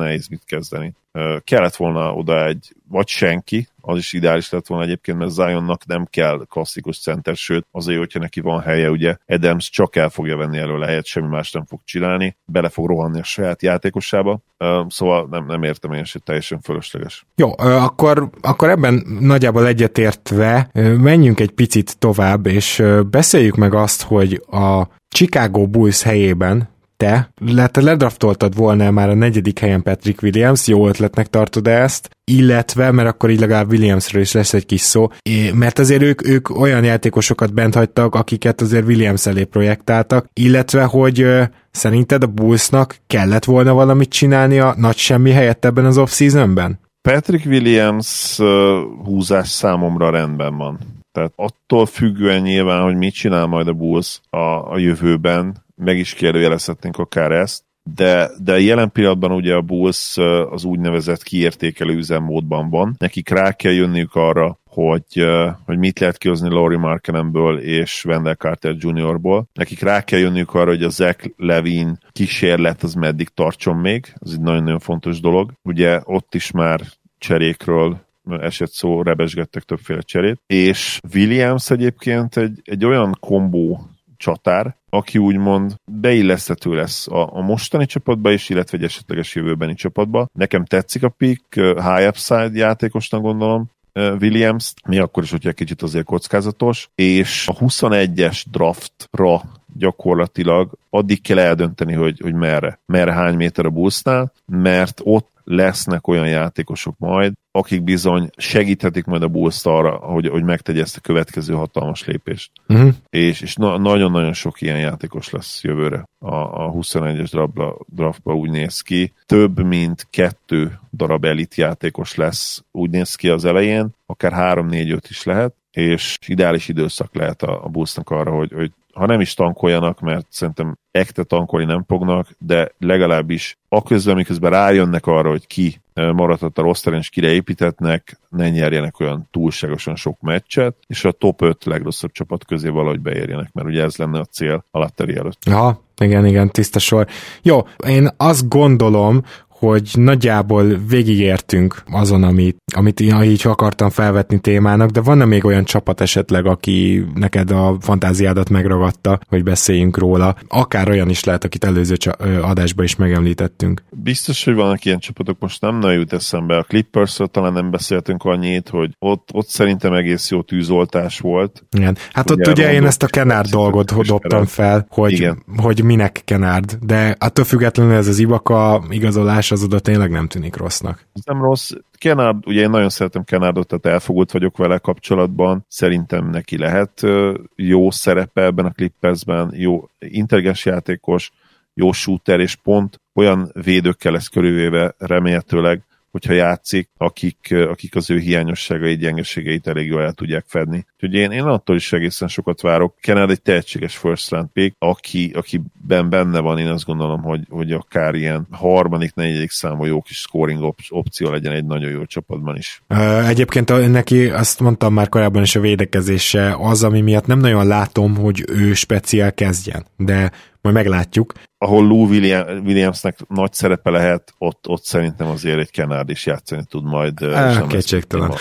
Speaker 3: nehéz mit kezdeni. Kellett volna oda egy, vagy senki, az is ideális lett volna egyébként, mert Zionnak nem kell klasszikus center, sőt, azért, hogyha neki van helye, ugye Adams csak el fogja venni előle helyet, semmi más nem fog csinálni, bele fog rohanni a saját játékosába, szóval nem, nem értem én, hogy teljesen fölösleges.
Speaker 2: Jó, akkor, akkor ebben nagyjából egyetértve menjünk egy picit tovább, és beszéljük meg azt, hogy a Chicago Bulls helyében te, te ledraftoltad volna már a negyedik helyen Patrick Williams, jó ötletnek tartod ezt, illetve, mert akkor így legalább Williamsről is lesz egy kis szó, mert azért ők, ők olyan játékosokat bent hagytak, akiket azért Williams elé projektáltak, illetve, hogy szerinted a Bullsnak kellett volna valamit csinálni a nagy semmi helyett ebben az off-seasonben?
Speaker 3: Patrick Williams uh, húzás számomra rendben van. Tehát attól függően nyilván, hogy mit csinál majd a Bulls a, a jövőben, meg is kérdőjelezhetnénk akár ezt, de, de jelen pillanatban ugye a Bulls az úgynevezett kiértékelő üzemmódban van. Nekik rá kell jönniük arra, hogy, hogy mit lehet kihozni Lauri Markkanenből és Wendell Carter juniorból. Nekik rá kell jönniük arra, hogy a Zach LaVine kísérlet az meddig tartson még. Ez egy nagyon-nagyon fontos dolog. Ugye ott is már cserékről esett szó, rebesgettek többféle cserét. És Williams egyébként egy, egy olyan kombó csatár, aki úgymond beilleszthető lesz a, a mostani csapatba is, illetve egy esetleges jövőbeni csapatba. Nekem tetszik a pick, high upside játékosnak gondolom Williams, mi akkor is, hogyha kicsit azért kockázatos, és a huszonegyes draftra gyakorlatilag addig kell eldönteni, hogy, hogy merre, merre hány méter a Bullsnál, mert ott lesznek olyan játékosok majd, akik bizony segíthetik majd a Bulls-t arra, hogy, hogy megtegye ezt a következő hatalmas lépést. Uh-huh. És, és na, nagyon-nagyon sok ilyen játékos lesz jövőre. A, a huszonegyes draftba, draftba úgy néz ki. Több mint kettő darab elit játékos lesz, úgy néz ki az elején, akár három, négy, öt is lehet, és ideális időszak lehet a, a Bullsnak arra, hogy, hogy ha nem is tankoljanak, mert szerintem ekte tankolni nem fognak, de legalábbis aközben, miközben rájönnek arra, hogy ki maradhat a roszteren, és kire építetnek, ne nyerjenek olyan túlságosan sok meccset, és a top öt legrosszabb csapat közé valahogy beérjenek, mert ugye ez lenne a cél a latteri előtt.
Speaker 2: Aha, igen, igen, tiszta sor. Jó, én azt gondolom, hogy nagyjából végigértünk azon, amit, amit én így akartam felvetni témának, de van-e még olyan csapat esetleg, aki neked a fantáziádat megragadta, hogy beszéljünk róla? Akár olyan is lehet, akit előző adásban is megemlítettünk.
Speaker 3: Biztos, hogy vannak ilyen csapatok, most nem nagyon jut eszembe. A Clippersről talán nem beszéltünk annyit, hogy ott, ott szerintem egész jó tűzoltás volt.
Speaker 2: Igen. Hát ugye ott ugye én ezt a Kennard dolgot dobtam fel, hogy, hogy minek Kennard, de attól függetlenül ez az Ibaka igazolás az oda tényleg nem tűnik rossznak.
Speaker 3: Ez nem rossz. Kennard, ugye én nagyon szeretem Kennardot, tehát elfogult vagyok vele kapcsolatban. Szerintem neki lehet jó szerepe ebben a Clippersben, jó intelligens játékos, jó shooter, és pont olyan védőkkel lesz körülvéve remélhetőleg, hogyha játszik, akik, akik az ő hiányosságait, gyengeségeit elég jól el tudják fedni. Úgyhogy én, én attól is egészen sokat várok. Kennard egy tehetséges first round pick, aki, akiben benne van, én azt gondolom, hogy, hogy akár ilyen harmadik, negyedik számú jó kis scoring op- opció legyen egy nagyon jó csapatban is.
Speaker 2: Egyébként neki azt mondtam már korábban is, a védekezése az, ami miatt nem nagyon látom, hogy ő speciál kezdjen, de majd meglátjuk.
Speaker 3: Ahol Lou William, Williamsnek nagy szerepe lehet, ott, ott szerintem azért egy Kennard is játszani tud majd.
Speaker 2: Kétségtelen.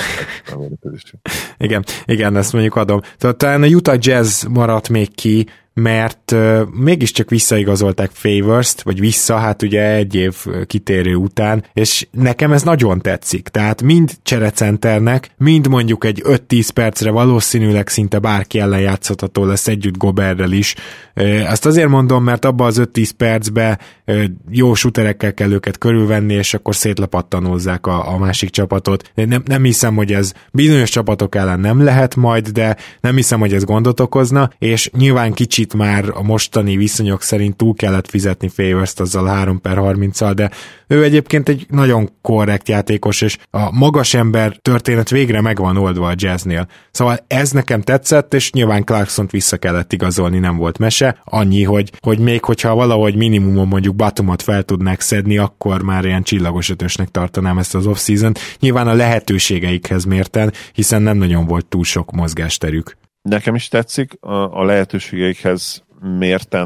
Speaker 2: igen, igen, ezt mondjuk adom. Tehát talán a Utah Jazz maradt még ki, mert uh, mégiscsak visszaigazolták Favors-t, vagy vissza, hát ugye egy év kitérő után, és nekem ez nagyon tetszik. Tehát mind cserecenternek, mind mondjuk egy öt-tíz percre valószínűleg szinte bárki ellen játszható lesz együtt Goberrel is. Uh, ezt azért mondom, mert abban az öt-tíz percben uh, jó shooterekkel kell őket körülvenni, és akkor szétlepattanózzák a, a másik csapatot. Nem, nem hiszem, hogy ez bizonyos csapatok ellen nem lehet majd, de nem hiszem, hogy ez gondot okozna, és nyilván kicsit már a mostani viszonyok szerint túl kellett fizetni Favors-t azzal három per harminccal, de ő egyébként egy nagyon korrekt játékos, és a magas ember történet végre meg van oldva a Jazznél. Szóval ez nekem tetszett, és nyilván Clarksont vissza kellett igazolni, nem volt mese. Annyi, hogy, hogy még hogyha valahogy minimumon mondjuk Batumot fel tudnák szedni, akkor már ilyen csillagos ötösnek tartanám ezt az off-season-t. Nyilván a lehetőségeikhez mérten, hiszen nem nagyon volt túl sok mozgásterük.
Speaker 3: Nekem is tetszik, a lehetőségeikhez mérten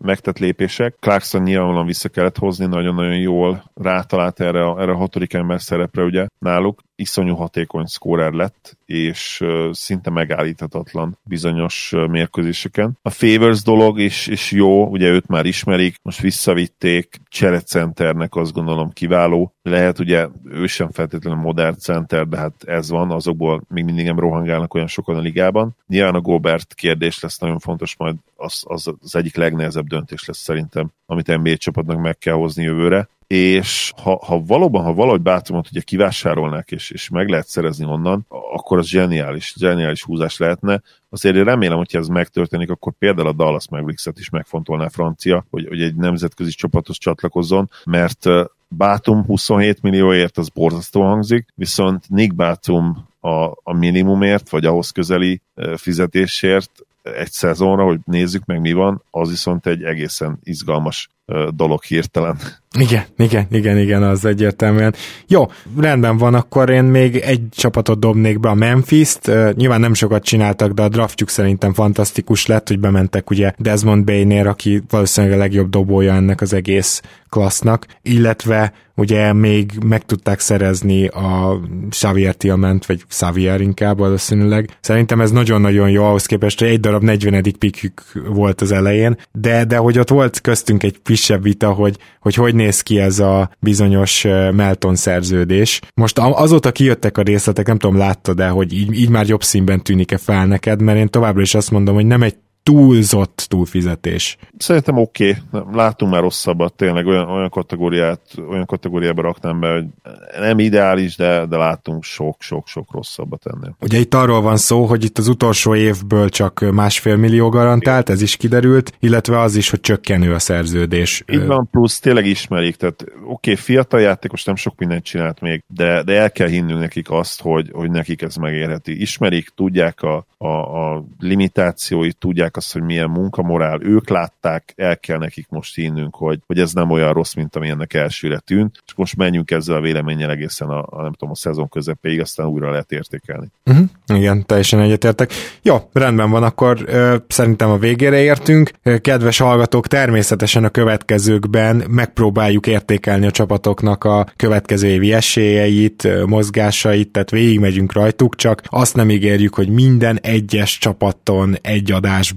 Speaker 3: megtett lépések. Clarkson nyilvánvalóan vissza kellett hozni, nagyon-nagyon jól rátalált erre a, erre a hatodik ember szerepre ugye náluk. Iszonyú hatékony szkórer lett, és uh, szinte megállíthatatlan bizonyos uh, mérkőzéseken. A Favors dolog is, is jó, ugye őt már ismerik, most visszavitték, cserecenternek azt gondolom kiváló. Lehet ugye ő sem feltétlenül modern center, de hát ez van, azokból még mindig nem rohangálnak olyan sokan a ligában. Nyilván a Gobert kérdés lesz nagyon fontos, majd az, az, az egyik legnehezebb döntés lesz szerintem, amit en bé á csapatnak meg kell hozni jövőre. És ha, ha valóban, ha valahogy Batumot ugye kivásárolnák, és, és meg lehet szerezni onnan, akkor az zseniális, zseniális húzás lehetne. Azért én remélem, hogyha ez megtörténik, akkor például a Dallas Mavericks-et is megfontolná francia, hogy, hogy egy nemzetközi csapathoz csatlakozzon, mert Batum huszonhét millióért az borzasztó hangzik, viszont Nick Batum a, a minimumért, vagy ahhoz közeli fizetésért egy szezonra, hogy nézzük meg mi van, az viszont egy egészen izgalmas dolog hirtelen.
Speaker 2: Igen, igen, igen, igen, az egyértelműen. Jó, rendben van, akkor én még egy csapatot dobnék be, a Memphist. Uh, nyilván nem sokat csináltak, de a draftjuk szerintem fantasztikus lett, hogy bementek ugye Desmond Bane-nél, aki valószínűleg a legjobb dobója ennek az egész klassznak, illetve ugye még meg tudták szerezni a Xavier Tillmant, vagy Xavier inkább valószínűleg. Szerintem ez nagyon-nagyon jó ahhoz képest, hogy egy darab negyvenedik pickjük volt az elején, de, de hogy ott volt köztünk egy frissebb vita, hogy hogy, hogy néz ki ez a bizonyos Melton szerződés. Most azóta kijöttek a részletek, nem tudom, láttad, de hogy így, így már jobb színben tűnik-e fel neked, mert én továbbra is azt mondom, hogy nem egy túlzott túlfizetés.
Speaker 3: Szerintem oké, okay. Látunk már rosszabbat, tényleg olyan, olyan kategóriát, olyan kategóriába raknám be, hogy nem ideális, de, de látunk sok-sok-sok rosszabbat ennél.
Speaker 2: Ugye itt arról van szó, hogy itt az utolsó évből csak másfél millió garantált, ez is kiderült, illetve az is, hogy csökkenő a szerződés.
Speaker 3: Így van, plusz tényleg ismerik, tehát oké, okay, fiatal játékos nem sok mindent csinált még, de, de el kell hinnünk nekik azt, hogy, hogy nekik ez megérheti. Ismerik, tudják a, a, a limitációit, tudják azt, hogy milyen munkamorál, ők látták, el kell nekik most hinnünk, hogy, hogy ez nem olyan rossz, mint ami ennek elsőre tűnt, és most menjünk ezzel a véleménnyel egészen a, a nem tudom, a szezon közepéig, aztán újra lehet értékelni.
Speaker 2: Uh-huh. Igen, teljesen egyetértek. Jó, rendben van, akkor ö, szerintem a végére értünk. Kedves hallgatók, természetesen a következőkben megpróbáljuk értékelni a csapatoknak a következő évi esélyeit, mozgásait, tehát végigmegyünk rajtuk, csak azt nem ígérjük, hogy minden egyes csapaton egy adásban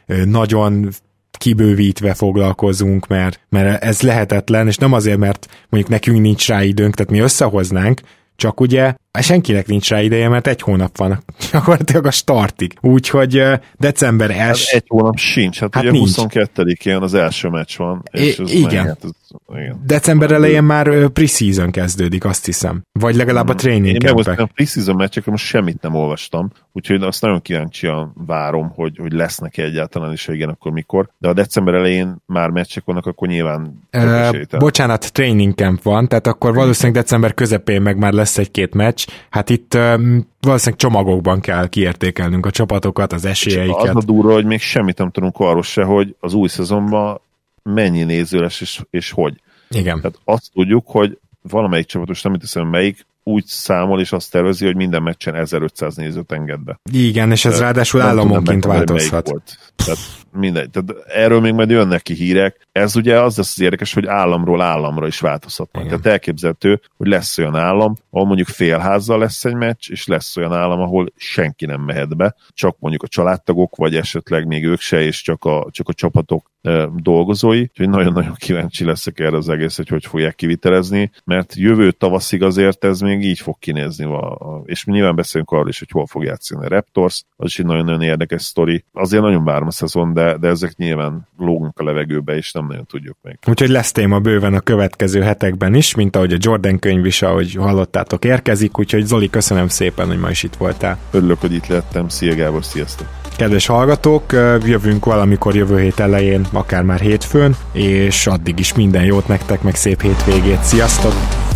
Speaker 2: nagyon kibővítve foglalkozunk, mert, mert ez lehetetlen, és nem azért, mert mondjuk nekünk nincs rá időnk, tehát mi összehoznánk, csak ugye senkinek nincs rá ideje, mert egy hónap van gyakorlatilag a startig. Úgyhogy december első...
Speaker 3: Hát egy hónap sincs, hát, hát ugye nincs. huszonkettedikén az első meccs van. És
Speaker 2: I- igen. Meg, hát ez, igen. December elején már pre-season kezdődik, azt hiszem. Vagy legalább a training campek.
Speaker 3: A pre-season meccsekről most semmit nem olvastam, úgyhogy azt nagyon kíváncsian várom, hogy, hogy lesznek egyáltalán, és igen, akkor mikor. De a december elején már meccsek vannak, akkor nyilván...
Speaker 2: Uh, bocsánat, training camp van, tehát akkor valószínűleg december közepén meg már lesz egy-két meccs. Hát itt uh, valószínűleg csomagokban kell kiértékelnünk a csapatokat, az esélyeiket.
Speaker 3: Az a durva, hogy még semmit nem tudunk arról se, hogy az új szezonban mennyi néző lesz, és, és hogy.
Speaker 2: Igen.
Speaker 3: Tehát azt tudjuk, hogy valamelyik csapatos, nem hiszem melyik, úgy számol, és azt tervezi, hogy minden meccsen ezerötszáz nézőt enged be.
Speaker 2: Igen, és ez tehát ráadásul államonként változhat.
Speaker 3: Tehát mindegy. Tehát erről még majd jönnek ki hírek. Ez ugye az lesz az érdekes, hogy államról államra is változhatnak. Igen. Tehát elképzelhető, hogy lesz olyan állam, ahol mondjuk félházzal lesz egy meccs, és lesz olyan állam, ahol senki nem mehet be, csak mondjuk a családtagok, vagy esetleg még ők se, és csak a, csak a csapatok e, dolgozói. Úgyhogy nagyon-nagyon kíváncsi leszek erre az egész, hogy hogy fogják kivitelezni, mert jövő tavaszig azért ez még így fog kinézni. A, a, és mi nyilván beszélünk arról is, hogy hol fog játszani a Raptors, az is egy nagyon-nagyon érdekes sztori. Azért nagyon várom a szezon, de, de ezek nyilván lógnak a levegőbe, és nem nagyon tudjuk még.
Speaker 2: Úgyhogy lesz téma bőven a következő hetekben is, mint ahogy a Jordan könyv is, ahogy hallottátok, érkezik, úgyhogy Zoli, köszönöm szépen, hogy ma is itt voltál.
Speaker 3: Örülök, hogy itt lettem. Szia Gábor, sziasztok!
Speaker 2: Kedves hallgatók, jövünk valamikor jövő hét elején, akár már hétfőn, és addig is minden jót nektek, meg szép hétvégét. Sziasztok!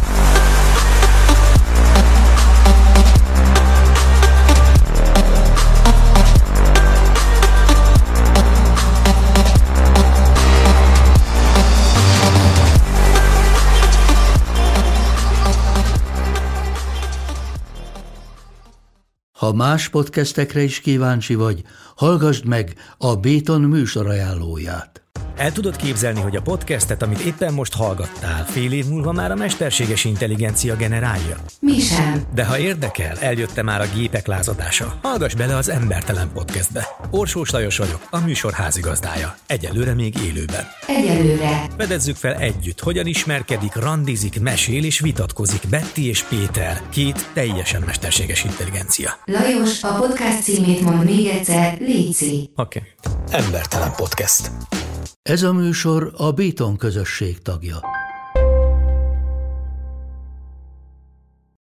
Speaker 4: Ha más podcastekre is kíváncsi vagy, hallgassd meg a Béton műsor ajánlóját.
Speaker 5: El tudod képzelni, hogy a podcastet, amit éppen most hallgattál, fél év múlva már a mesterséges intelligencia generálja?
Speaker 6: Mi sem.
Speaker 5: De ha érdekel, eljött már a gépek lázadása. Hallgass bele az Embertelen Podcastbe. Orsós Lajos vagyok, a műsor házigazdája. Egyelőre még élőben.
Speaker 6: Egyelőre.
Speaker 5: Fedezzük fel együtt, hogyan ismerkedik, randizik, mesél és vitatkozik Betty és Péter, két teljesen mesterséges intelligencia.
Speaker 6: Lajos, a podcast címét mond még egyszer, léci.
Speaker 5: Oké. Okay. Embertelen Podcast.
Speaker 4: Ez a műsor a Béton közösség tagja.